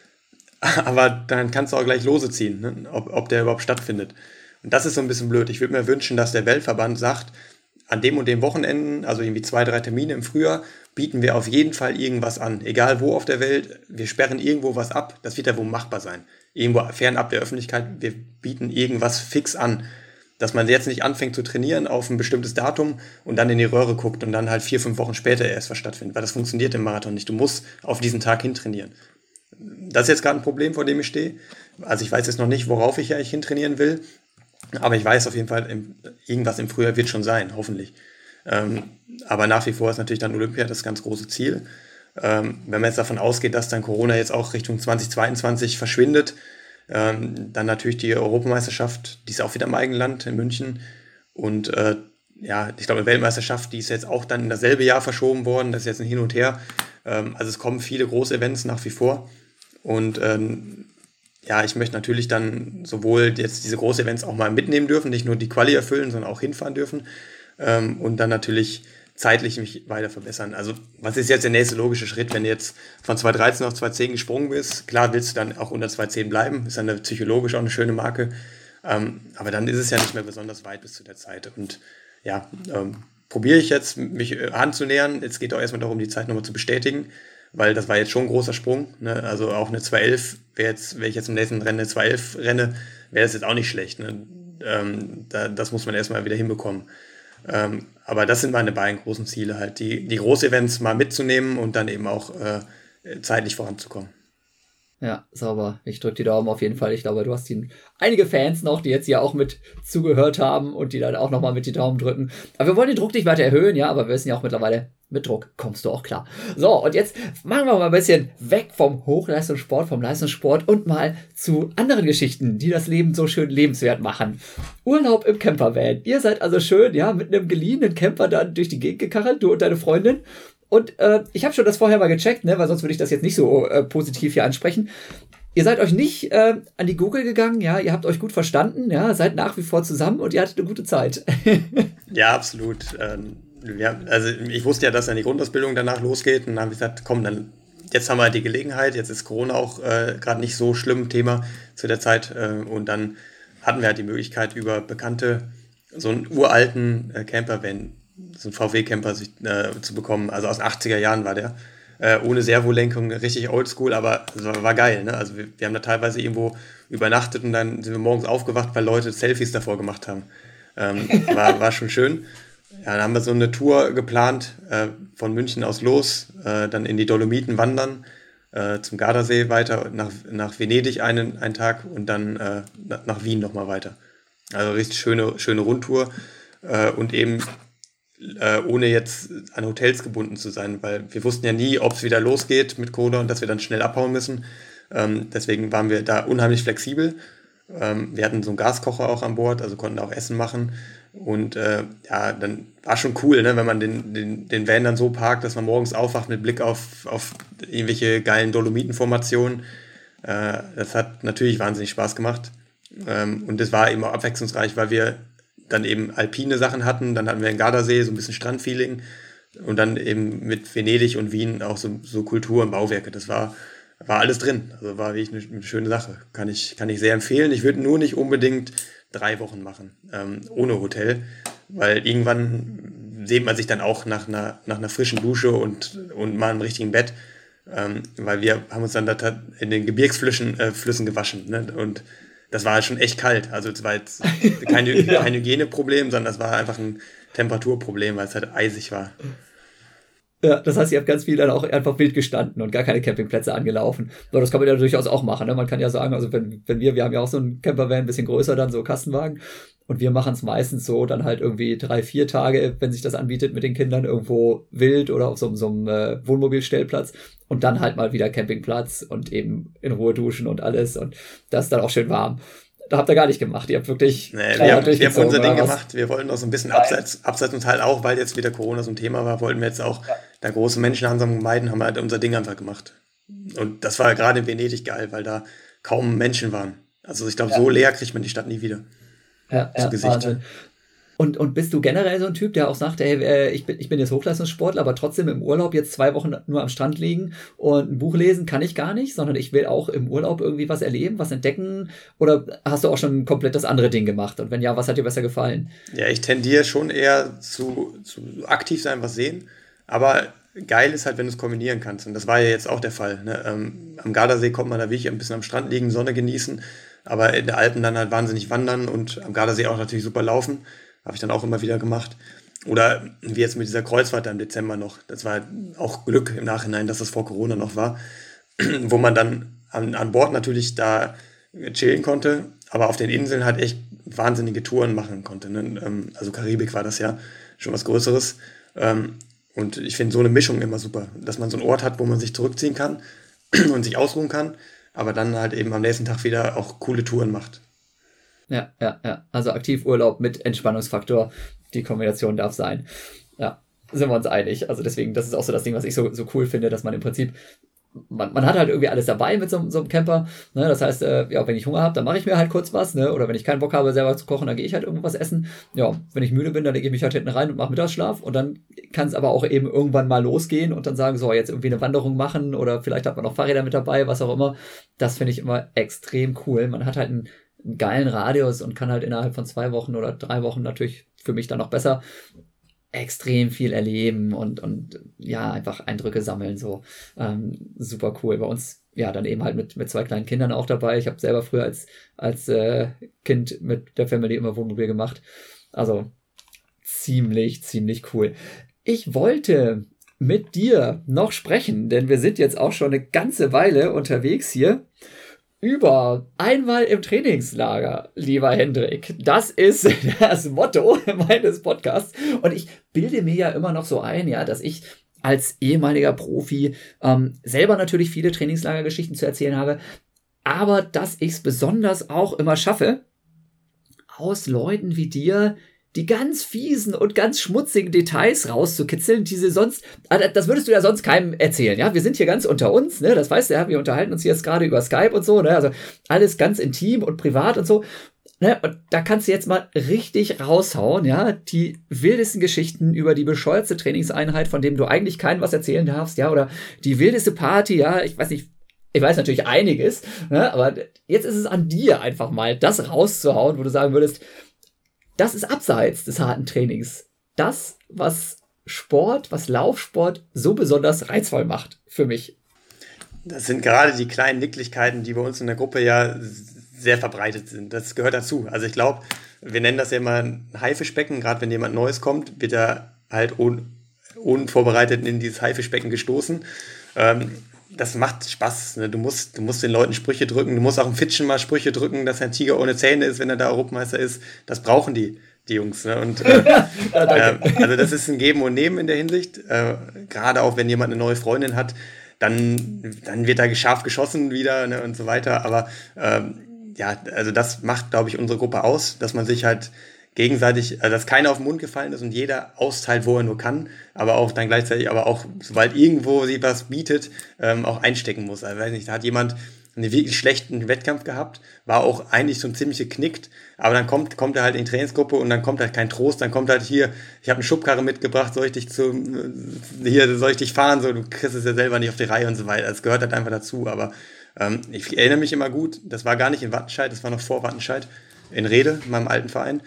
aber dann kannst du auch gleich Lose ziehen, ne? ob, ob der überhaupt stattfindet. Und das ist so ein bisschen blöd. Ich würde mir wünschen, dass der Weltverband sagt, an dem und dem Wochenenden, also irgendwie zwei, drei Termine im Frühjahr, bieten wir auf jeden Fall irgendwas an. Egal wo auf der Welt, wir sperren irgendwo was ab. Das wird ja wohl machbar sein. Irgendwo fernab der Öffentlichkeit, wir bieten irgendwas fix an. Dass man jetzt nicht anfängt zu trainieren auf ein bestimmtes Datum und dann in die Röhre guckt und dann halt vier, fünf Wochen später erst was stattfindet. Weil das funktioniert im Marathon nicht. Du musst auf diesen Tag hin trainieren. Das ist jetzt gerade ein Problem, vor dem ich stehe. Also ich weiß jetzt noch nicht, worauf ich eigentlich hintrainieren will. Aber ich weiß auf jeden Fall, irgendwas im Frühjahr wird schon sein, hoffentlich. Ähm, aber nach wie vor ist natürlich dann Olympia das ganz große Ziel. Ähm, wenn man jetzt davon ausgeht, dass dann Corona jetzt auch Richtung zwanzig zweiundzwanzig verschwindet, ähm, dann natürlich die Europameisterschaft, die ist auch wieder im eigenen Land, in München. Und äh, ja, ich glaube, die Weltmeisterschaft, die ist jetzt auch dann in dasselbe Jahr verschoben worden, das ist jetzt ein Hin und Her. Ähm, also es kommen viele große Events nach wie vor. Und ähm, ja, ich möchte natürlich dann sowohl jetzt diese großen Events auch mal mitnehmen dürfen, nicht nur die Quali erfüllen, sondern auch hinfahren dürfen ähm, und dann natürlich zeitlich mich weiter verbessern. Also was ist jetzt der nächste logische Schritt, wenn du jetzt von zwei dreizehn auf zwei zehn gesprungen bist? Klar willst du dann auch unter zwei zehn bleiben, ist dann eine, psychologisch auch eine schöne Marke, ähm, aber dann ist es ja nicht mehr besonders weit bis zu der Zeit. Und ja, ähm, probiere ich jetzt, mich anzunähern. Jetzt geht auch erstmal darum, die Zeit nochmal zu bestätigen, weil das war jetzt schon ein großer Sprung, ne? Also auch eine zwei elf, wäre jetzt, wenn ich jetzt im nächsten Rennen eine zwei elf renne, wäre das jetzt auch nicht schlecht, ne? Ähm, da, das muss man erstmal wieder hinbekommen. Ähm, aber das sind meine beiden großen Ziele halt, die, die Groß-Events mal mitzunehmen und dann eben auch äh, zeitlich voranzukommen. Ja, sauber. Ich drücke die Daumen auf jeden Fall. Ich glaube, du hast die, einige Fans noch, die jetzt hier auch mit zugehört haben und die dann auch nochmal mit die Daumen drücken. Aber wir wollen den Druck nicht weiter erhöhen, ja, aber wir wissen ja auch mittlerweile, mit Druck kommst du auch klar. So, und jetzt machen wir mal ein bisschen weg vom Hochleistungssport, vom Leistungssport und mal zu anderen Geschichten, die das Leben so schön lebenswert machen. Urlaub im Campervan. Ihr seid also schön, ja, mit einem geliehenen Camper dann durch die Gegend gekarrt, du und deine Freundin. Und äh, ich habe schon das vorher mal gecheckt, ne, weil sonst würde ich das jetzt nicht so äh, positiv hier ansprechen. Ihr seid euch nicht äh, an die Gurgel gegangen, ja, ihr habt euch gut verstanden, ja, seid nach wie vor zusammen und ihr hattet eine gute Zeit. Ja, absolut. Ähm, ja, also ich wusste ja, dass dann die Grundausbildung danach losgeht und dann habe ich gesagt, komm, dann jetzt haben wir die Gelegenheit, jetzt ist Corona auch äh, gerade nicht so schlimm Thema zu der Zeit äh, und dann hatten wir halt die Möglichkeit, über Bekannte so einen uralten äh, Campervan, so einen V W-Camper äh, zu bekommen. Also aus den achtziger Jahren war der. Äh, ohne Servolenkung, richtig oldschool, aber war, war geil. Ne? Also wir, wir haben da teilweise irgendwo übernachtet und dann sind wir morgens aufgewacht, weil Leute Selfies davor gemacht haben. Ähm, war, war schon schön. Ja, dann haben wir so eine Tour geplant, äh, von München aus los, äh, dann in die Dolomiten wandern, äh, zum Gardasee weiter, nach, nach Venedig einen, einen Tag und dann äh, nach Wien nochmal weiter. Also richtig schöne, schöne Rundtour äh, und eben ohne jetzt an Hotels gebunden zu sein, weil wir wussten ja nie, ob es wieder losgeht mit Corona und dass wir dann schnell abhauen müssen. Ähm, deswegen waren wir da unheimlich flexibel. Ähm, wir hatten so einen Gaskocher auch an Bord, also konnten auch Essen machen. Und äh, ja, dann war schon cool, ne, wenn man den, den, den Van dann so parkt, dass man morgens aufwacht mit Blick auf, auf irgendwelche geilen Dolomitenformationen. Äh, das hat natürlich wahnsinnig Spaß gemacht. Ähm, und es war eben auch abwechslungsreich, weil wir dann eben alpine Sachen hatten, dann hatten wir den Gardasee, so ein bisschen Strandfeeling und dann eben mit Venedig und Wien auch so, so Kultur und Bauwerke. Das war war alles drin. Also war wirklich eine, eine schöne Sache. Kann ich, kann ich sehr empfehlen. Ich würde nur nicht unbedingt drei Wochen machen, ähm, ohne Hotel, weil irgendwann sehnt man sich dann auch nach einer, nach einer frischen Dusche und, und mal einem richtigen Bett, ähm, weil wir haben uns dann da in den Gebirgsflüssen äh, Flüssen gewaschen, ne? Und das war halt schon echt kalt. Also es war jetzt kein, ja. kein Hygieneproblem, sondern das war einfach ein Temperaturproblem, weil es halt eisig war. Ja, das heißt, ihr habt ganz viel dann auch einfach wild gestanden und gar keine Campingplätze angelaufen. Aber das kann man ja durchaus auch machen, ne? Man kann ja sagen, also wenn, wenn wir, wir haben ja auch so einen Campervan, ein bisschen größer dann, so Kastenwagen. Und wir machen es meistens so, dann halt irgendwie drei, vier Tage, wenn sich das anbietet mit den Kindern, irgendwo wild oder auf so, so einem äh, Wohnmobilstellplatz. Und dann halt mal wieder Campingplatz und eben in Ruhe duschen und alles. Und das ist dann auch schön warm. Da habt ihr gar nicht gemacht. Ihr habt wirklich. Nee, wir haben, wir haben unser Ding gemacht. Wir wollten auch so ein bisschen abseits, abseits und halt auch, weil jetzt wieder Corona so ein Thema war, wollten wir jetzt auch ja. da große Menschenansammlungen meiden, haben wir halt unser Ding einfach gemacht. Und das war gerade in Venedig geil, weil da kaum Menschen waren. Also ich glaube, ja. so leer kriegt man die Stadt nie wieder. Ja, ja, Wahnsinn. Und, und bist du generell so ein Typ, der auch sagt, hey, äh, ich bin, ich bin jetzt Hochleistungssportler, aber trotzdem im Urlaub jetzt zwei Wochen nur am Strand liegen und ein Buch lesen kann ich gar nicht, sondern ich will auch im Urlaub irgendwie was erleben, was entdecken? Oder hast du auch schon komplett das andere Ding gemacht? Und wenn ja, was hat dir besser gefallen? Ja, ich tendiere schon eher zu, zu aktiv sein, was sehen. Aber geil ist halt, wenn du es kombinieren kannst. Und das war ja jetzt auch der Fall. Ne? Ähm, am Gardasee kommt man da wirklich ein bisschen am Strand liegen, Sonne genießen. Aber in den Alpen dann halt wahnsinnig wandern und am Gardasee auch natürlich super laufen. Habe ich dann auch immer wieder gemacht. Oder wie jetzt mit dieser Kreuzfahrt im Dezember noch. Das war auch Glück im Nachhinein, dass das vor Corona noch war. Wo man dann an, an Bord natürlich da chillen konnte, aber auf den Inseln halt echt wahnsinnige Touren machen konnte. Ne? Also Karibik war das ja schon was Größeres. Und ich finde so eine Mischung immer super. Dass man so einen Ort hat, wo man sich zurückziehen kann und sich ausruhen kann, aber dann halt eben am nächsten Tag wieder auch coole Touren macht. Ja, ja, ja. Also Aktivurlaub mit Entspannungsfaktor, die Kombination darf sein. Ja, sind wir uns einig. Also deswegen, das ist auch so das Ding, was ich so, so cool finde, dass man im Prinzip, man, man hat halt irgendwie alles dabei mit so, so einem Camper. Ne? Das heißt, äh, ja, wenn ich Hunger habe, dann mache ich mir halt kurz was. Ne? Oder wenn ich keinen Bock habe, selber zu kochen, dann gehe ich halt irgendwas essen. Ja, wenn ich müde bin, dann lege ich mich halt hinten rein und mache Mittagsschlaf. Und dann kann es aber auch eben irgendwann mal losgehen und dann sagen, so, jetzt irgendwie eine Wanderung machen oder vielleicht hat man noch Fahrräder mit dabei, was auch immer. Das finde ich immer extrem cool. Man hat halt einen einen geilen Radius und kann halt innerhalb von zwei Wochen oder drei Wochen natürlich für mich dann noch besser extrem viel erleben und, und ja, einfach Eindrücke sammeln, so ähm, super cool. Bei uns, ja, dann eben halt mit, mit zwei kleinen Kindern auch dabei. Ich habe selber früher als, als äh, Kind mit der Family immer Wohnmobil gemacht. Also ziemlich, ziemlich cool. Ich wollte mit dir noch sprechen, denn wir sind jetzt auch schon eine ganze Weile unterwegs hier. Über einmal im Trainingslager, lieber Hendrik. Das ist das Motto meines Podcasts. Und ich bilde mir ja immer noch so ein, ja, dass ich als ehemaliger Profi ähm, selber natürlich viele Trainingslagergeschichten zu erzählen habe, aber dass ich es besonders auch immer schaffe, aus Leuten wie dir die ganz fiesen und ganz schmutzigen Details rauszukitzeln, die sie sonst, das würdest du ja sonst keinem erzählen, ja, wir sind hier ganz unter uns, ne, das weißt du ja, wir unterhalten uns jetzt gerade über Skype und so, ne, also alles ganz intim und privat und so, ne, und da kannst du jetzt mal richtig raushauen, ja, die wildesten Geschichten über die bescheuertste Trainingseinheit, von dem du eigentlich keinem was erzählen darfst, ja, oder die wildeste Party, ja, ich weiß nicht, ich weiß natürlich einiges, ne, aber jetzt ist es an dir einfach mal, das rauszuhauen, wo du sagen würdest, das ist abseits des harten Trainings. Das, was Sport, was Laufsport so besonders reizvoll macht für mich. Das sind gerade die kleinen Nicklichkeiten, die bei uns in der Gruppe ja sehr verbreitet sind. Das gehört dazu. Also ich glaube, wir nennen das ja immer ein Haifischbecken. Gerade wenn jemand Neues kommt, wird er halt un- unvorbereitet in dieses Haifischbecken gestoßen. Ähm, das macht Spaß. Ne? Du musst, du musst den Leuten Sprüche drücken. Du musst auch im Fitschen mal Sprüche drücken, dass er ein Tiger ohne Zähne ist, wenn er da Europameister ist. Das brauchen die, die Jungs. Ne? Und, äh, ja, äh, also das ist ein Geben und Nehmen in der Hinsicht. Äh, gerade auch, wenn jemand eine neue Freundin hat, dann, dann wird da scharf geschossen wieder, ne? Und so weiter. Aber ähm, ja, also das macht, glaube ich, unsere Gruppe aus, dass man sich halt gegenseitig, also dass keiner auf den Mund gefallen ist und jeder austeilt, wo er nur kann, aber auch dann gleichzeitig, aber auch, sobald irgendwo sie was bietet, ähm, auch einstecken muss. Also weiß nicht, da hat jemand einen wirklich schlechten Wettkampf gehabt, war auch eigentlich so ein ziemlich geknickt, aber dann kommt, kommt er halt in die Trainingsgruppe und dann kommt halt kein Trost, dann kommt halt hier, ich habe eine Schubkarre mitgebracht, soll ich dich zu, hier, soll ich dich fahren, so, du kriegst es ja selber nicht auf die Reihe und so weiter, das gehört halt einfach dazu, aber ähm, ich erinnere mich immer gut, das war gar nicht in Wattenscheid, das war noch vor Wattenscheid, in Rede, in meinem alten Verein,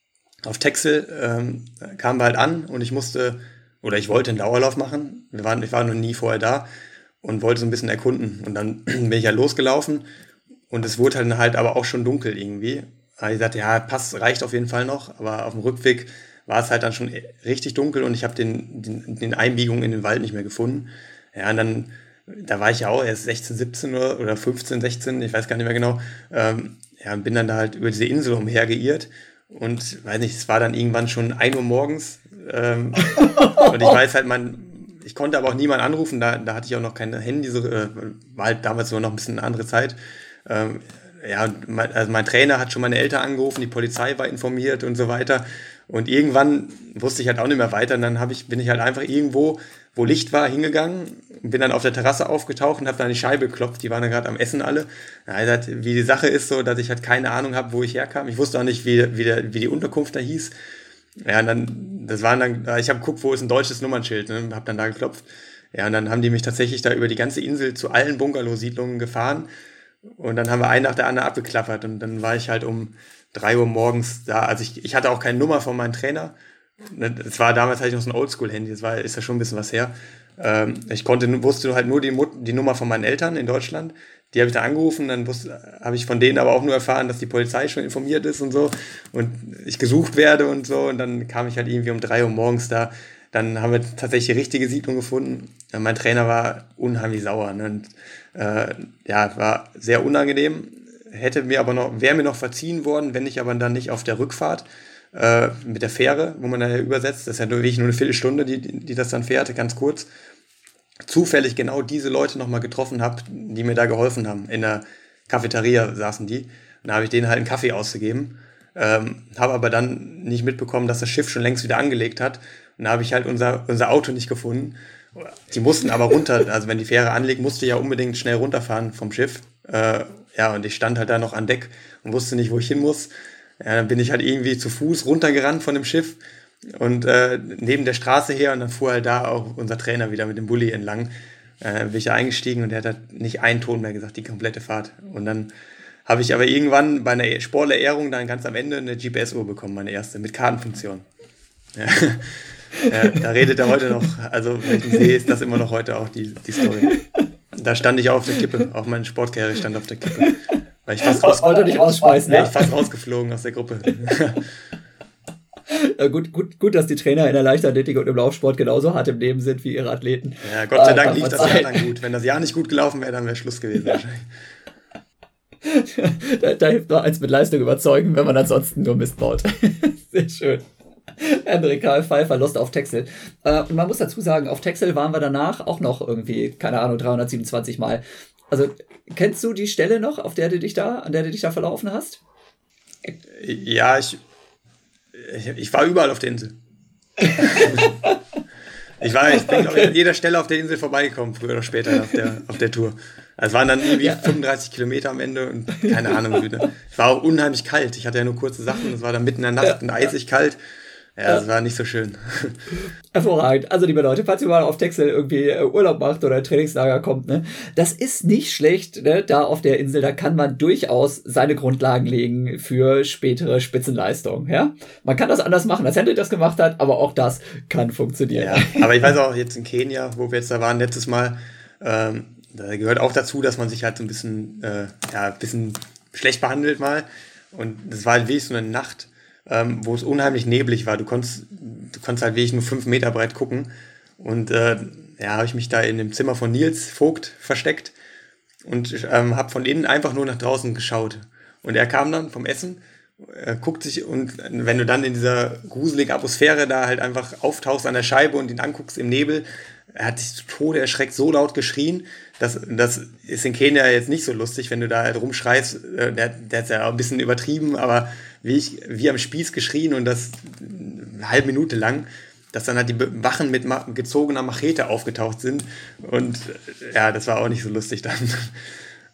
auf Texel ähm, kamen wir halt an und ich musste, oder ich wollte einen Dauerlauf machen, wir waren, ich war noch nie vorher da, und wollte so ein bisschen erkunden. Und dann bin ich ja losgelaufen und es wurde dann halt aber auch schon dunkel irgendwie. Da ich sagte, ja, Pass reicht auf jeden Fall noch, aber auf dem Rückweg war es halt dann schon richtig dunkel und ich habe den, den, den Einbiegungen in den Wald nicht mehr gefunden. Ja, und dann, da war ich ja auch erst sechzehn, siebzehn oder fünfzehn, sechzehn, ich weiß gar nicht mehr genau. Ähm, ja, und bin dann da halt über diese Insel umhergeirrt und weiß nicht, es war dann irgendwann schon ein Uhr morgens ähm, und ich weiß halt, man Ich konnte aber auch niemanden anrufen, da, da hatte ich auch noch kein Handy, so, äh, war halt damals nur noch ein bisschen eine andere Zeit. Ähm, ja, mein, also mein Trainer hat schon meine Eltern angerufen, die Polizei war informiert und so weiter. Und irgendwann wusste ich halt auch nicht mehr weiter und dann hab ich, bin ich halt einfach irgendwo, wo Licht war, hingegangen, bin dann auf der Terrasse aufgetaucht und habe dann an die Scheibe geklopft, die waren dann gerade am Essen alle. Ja, halt, wie die Sache ist so, dass ich halt keine Ahnung habe, wo ich herkam. Ich wusste auch nicht, wie, wie, der, wie die Unterkunft da hieß. Ja, und dann, das waren dann, ich habe geguckt, wo ist ein deutsches Nummernschild, ne, hab dann da geklopft. Ja, und dann haben die mich tatsächlich da über die ganze Insel zu allen Bungalow-Siedlungen gefahren. Und dann haben wir einen nach der anderen abgeklappert. Und dann war ich halt um drei Uhr morgens da. Also ich, ich hatte auch keine Nummer von meinem Trainer. Es war damals hatte ich noch so ein Oldschool-Handy, das war, ist ja schon ein bisschen was her. Ähm, ich konnte, wusste halt nur die, Mut, die Nummer von meinen Eltern in Deutschland. Die habe ich da angerufen, dann habe ich von denen aber auch nur erfahren, dass die Polizei schon informiert ist und so und ich gesucht werde und so und dann kam ich halt irgendwie um drei Uhr morgens da, dann haben wir tatsächlich die richtige Siedlung gefunden. Ja, mein Trainer war unheimlich sauer, ne? Und, äh, ja, war sehr unangenehm, hätte mir aber noch, wäre mir noch verziehen worden, wenn ich aber dann nicht auf der Rückfahrt äh, mit der Fähre, wo man da übersetzt, das ist ja nur, wirklich nur eine Viertelstunde, die, die das dann fährt, ganz kurz, zufällig genau diese Leute nochmal getroffen habe, die mir da geholfen haben. In der Cafeteria saßen die. Und da habe ich denen halt einen Kaffee ausgegeben. Ähm, habe aber dann nicht mitbekommen, dass das Schiff schon längst wieder angelegt hat. Und da habe ich halt unser, unser Auto nicht gefunden. Die mussten aber runter, also wenn die Fähre anlegt, musste ich ja unbedingt schnell runterfahren vom Schiff. Äh, ja, und ich stand halt da noch an Deck und wusste nicht, wo ich hin muss. Ja, dann bin ich halt irgendwie zu Fuß runtergerannt von dem Schiff. Und äh, neben der Straße her und dann fuhr halt da auch unser Trainer wieder mit dem Bulli entlang. Äh, bin ich da eingestiegen und der hat halt nicht einen Ton mehr gesagt, die komplette Fahrt. Und dann habe ich aber irgendwann bei einer Sportlerehrung dann ganz am Ende eine G P S-Uhr bekommen, meine erste, mit Kartenfunktion. Ja. Ja, da redet er heute noch, also wenn ich ihn sehe, ist das immer noch heute auch die, die Story. Da stand ich auch auf der Kippe, auch mein Sportcarrier stand auf der Kippe. Weil ich fast raus, wollte nicht rausschmeißen, ja, ja? ich fast rausgeflogen aus der Gruppe. Ja, gut, gut, gut, dass die Trainer in der Leichtathletik und im Laufsport genauso hart im Leben sind wie ihre Athleten. Ja, Gott sei Dank lief das Jahr dann gut. Wenn das Jahr nicht gut gelaufen wäre, dann wäre Schluss gewesen wahrscheinlich. da, da hilft nur eins mit Leistung überzeugen, wenn man ansonsten nur Mist baut. Sehr schön. Hendrik Karl Pfeiffer, Lust auf Texel. Äh, und man muss dazu sagen, auf Texel waren wir danach auch noch irgendwie, keine Ahnung, dreihundertsiebenundzwanzig Mal. Also, kennst du die Stelle noch, auf der du dich da, an der du dich da verlaufen hast? Ja, ich, ich, ich war überall auf der Insel. ich war, ich bin, glaube ich, an jeder Stelle auf der Insel vorbeigekommen, früher oder später auf der, auf der Tour. Es waren dann irgendwie ja. fünfunddreißig Kilometer am Ende und keine Ahnung. Es war auch unheimlich kalt. Ich hatte ja nur kurze Sachen. Es war dann mitten in der Nacht ja. und eisig kalt. Ja, das war nicht so schön. Hervorragend. Also, liebe Leute, falls ihr mal auf Texel irgendwie Urlaub macht oder ein Trainingslager kommt, ne, das ist nicht schlecht, ne, da auf der Insel, da kann man durchaus seine Grundlagen legen für spätere Spitzenleistungen, ja. Man kann das anders machen, als Hendrik das gemacht hat, aber auch das kann funktionieren. Ja, aber ich weiß auch, jetzt in Kenia, wo wir jetzt da waren, letztes Mal, ähm, da gehört auch dazu, dass man sich halt so ein bisschen, äh, ja, ein bisschen schlecht behandelt mal. Und das war halt wirklich so eine Nacht, Ähm, wo es unheimlich neblig war. Du konntest, du konntest halt wirklich nur fünf Meter breit gucken. Und äh, ja, habe ich mich da in dem Zimmer von Nils Vogt versteckt und ähm, habe von innen einfach nur nach draußen geschaut. Und er kam dann vom Essen, äh, guckt sich und wenn du dann in dieser gruseligen Atmosphäre da halt einfach auftauchst an der Scheibe und ihn anguckst im Nebel, er hat sich zu Tode erschreckt, so laut geschrien. Das, das ist in Kenia jetzt nicht so lustig, wenn du da halt rumschreist. Der, der hat ja auch ein bisschen übertrieben, aber wie ich, wie am Spieß geschrien und das eine halbe Minute lang, dass dann halt die Wachen mit ma- gezogener Machete aufgetaucht sind. Und ja, das war auch nicht so lustig dann.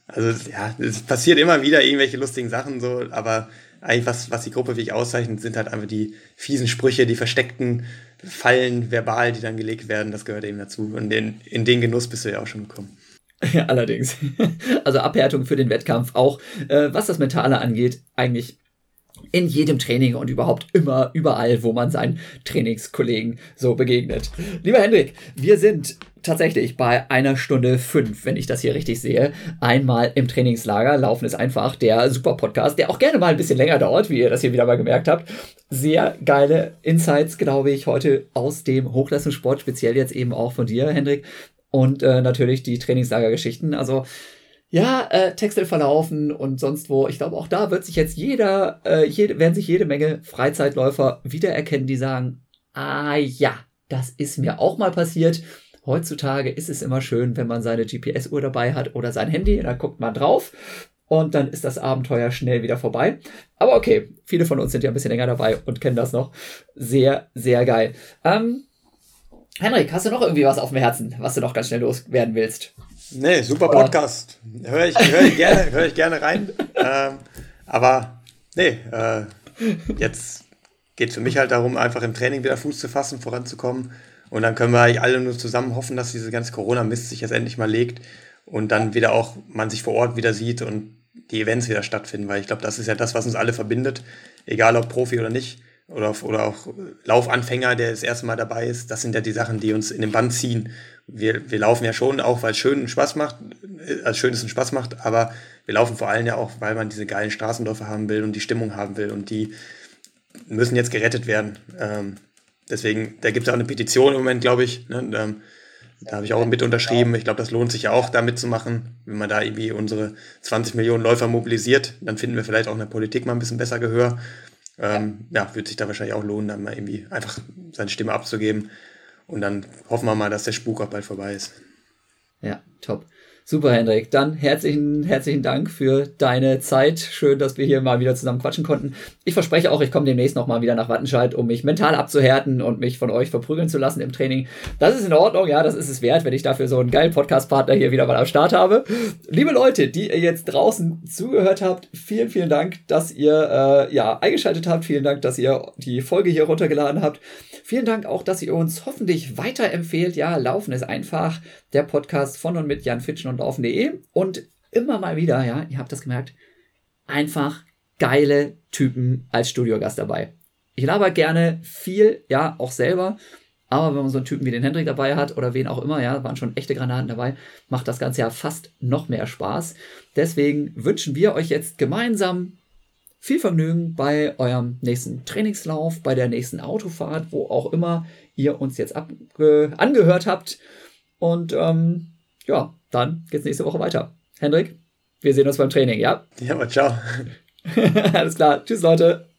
Also ja, es passiert immer wieder irgendwelche lustigen Sachen so, aber eigentlich was, was die Gruppe wirklich auszeichnet, sind halt einfach die fiesen Sprüche, die versteckten Fallen verbal, die dann gelegt werden, das gehört eben dazu. Und in, in den Genuss bist du ja auch schon gekommen. Ja, allerdings. Also Abhärtung für den Wettkampf auch, äh, was das Mentale angeht, eigentlich in jedem Training und überhaupt immer, überall, wo man seinen Trainingskollegen so begegnet. Lieber Hendrik, wir sind tatsächlich bei einer Stunde fünf, wenn ich das hier richtig sehe. Einmal im Trainingslager. Laufen ist einfach der super Podcast, der auch gerne mal ein bisschen länger dauert, wie ihr das hier wieder mal gemerkt habt. Sehr geile Insights, glaube ich, heute aus dem Hochleistungssport, speziell jetzt eben auch von dir, Hendrik. Und äh, natürlich die Trainingslagergeschichten. Also ja, äh, Texte verlaufen und sonst wo. Ich glaube, auch da wird sich jetzt jeder, äh, jede, werden sich jede Menge Freizeitläufer wiedererkennen, die sagen, ah ja, das ist mir auch mal passiert. Heutzutage ist es immer schön, wenn man seine G P S-Uhr dabei hat oder sein Handy, da guckt man drauf und dann ist das Abenteuer schnell wieder vorbei. Aber okay, viele von uns sind ja ein bisschen länger dabei und kennen das noch. Sehr, sehr geil. Ähm, Henrik, hast du noch irgendwie was auf dem Herzen, was du noch ganz schnell loswerden willst? Nee, super Podcast. Höre ich, hör ich, gerne, hör ich gerne rein. Ähm, aber nee, äh, jetzt geht es für mich halt darum, einfach im Training wieder Fuß zu fassen, voranzukommen. Und dann können wir eigentlich alle nur zusammen hoffen, dass diese ganze Corona-Mist sich jetzt endlich mal legt und dann wieder auch man sich vor Ort wieder sieht und die Events wieder stattfinden. Weil ich glaube, das ist ja das, was uns alle verbindet, egal ob Profi oder nicht. Oder, oder auch Laufanfänger, der das erste Mal dabei ist, das sind ja die Sachen, die uns in den Bann ziehen. Wir, wir laufen ja schon auch, weil es schön und Spaß macht, als schön ist und Spaß macht, aber wir laufen vor allem ja auch, weil man diese geilen Straßenläufe haben will und die Stimmung haben will und die müssen jetzt gerettet werden. Ähm, deswegen, da gibt es auch eine Petition im Moment, glaube ich, ne? Da, da habe ich auch mit unterschrieben. Ich glaube, das lohnt sich ja auch, da mitzumachen. Wenn man da irgendwie unsere zwanzig Millionen Läufer mobilisiert, dann finden wir vielleicht auch in der Politik mal ein bisschen besser Gehör. Ähm, ja, wird sich da wahrscheinlich auch lohnen, dann mal irgendwie einfach seine Stimme abzugeben. Und dann hoffen wir mal, dass der Spuk auch bald vorbei ist. Ja, top. Super, Hendrik. Dann herzlichen, herzlichen Dank für deine Zeit. Schön, dass wir hier mal wieder zusammen quatschen konnten. Ich verspreche auch, ich komme demnächst noch mal wieder nach Wattenscheid, um mich mental abzuhärten und mich von euch verprügeln zu lassen im Training. Das ist in Ordnung, ja, das ist es wert, wenn ich dafür so einen geilen Podcast-Partner hier wieder mal am Start habe. Liebe Leute, die ihr jetzt draußen zugehört habt, vielen, vielen Dank, dass ihr äh, ja eingeschaltet habt. Vielen Dank, dass ihr die Folge hier runtergeladen habt. Vielen Dank auch, dass ihr uns hoffentlich weiterempfehlt. Ja, Laufen ist einfach. Der Podcast von und mit Jan Fitschen und Laufen punkt de. Und immer mal wieder, ja, ihr habt das gemerkt, einfach geile Typen als Studiogast dabei. Ich laber gerne viel, ja, auch selber. Aber wenn man so einen Typen wie den Hendrik dabei hat oder wen auch immer, ja, waren schon echte Granaten dabei, macht das Ganze ja fast noch mehr Spaß. Deswegen wünschen wir euch jetzt gemeinsam viel Vergnügen bei eurem nächsten Trainingslauf, bei der nächsten Autofahrt, wo auch immer ihr uns jetzt abge- angehört habt. Und ähm, ja, dann geht's nächste Woche weiter. Hendrik, wir sehen uns beim Training, ja? Ja, aber ciao. Alles klar. Tschüss, Leute.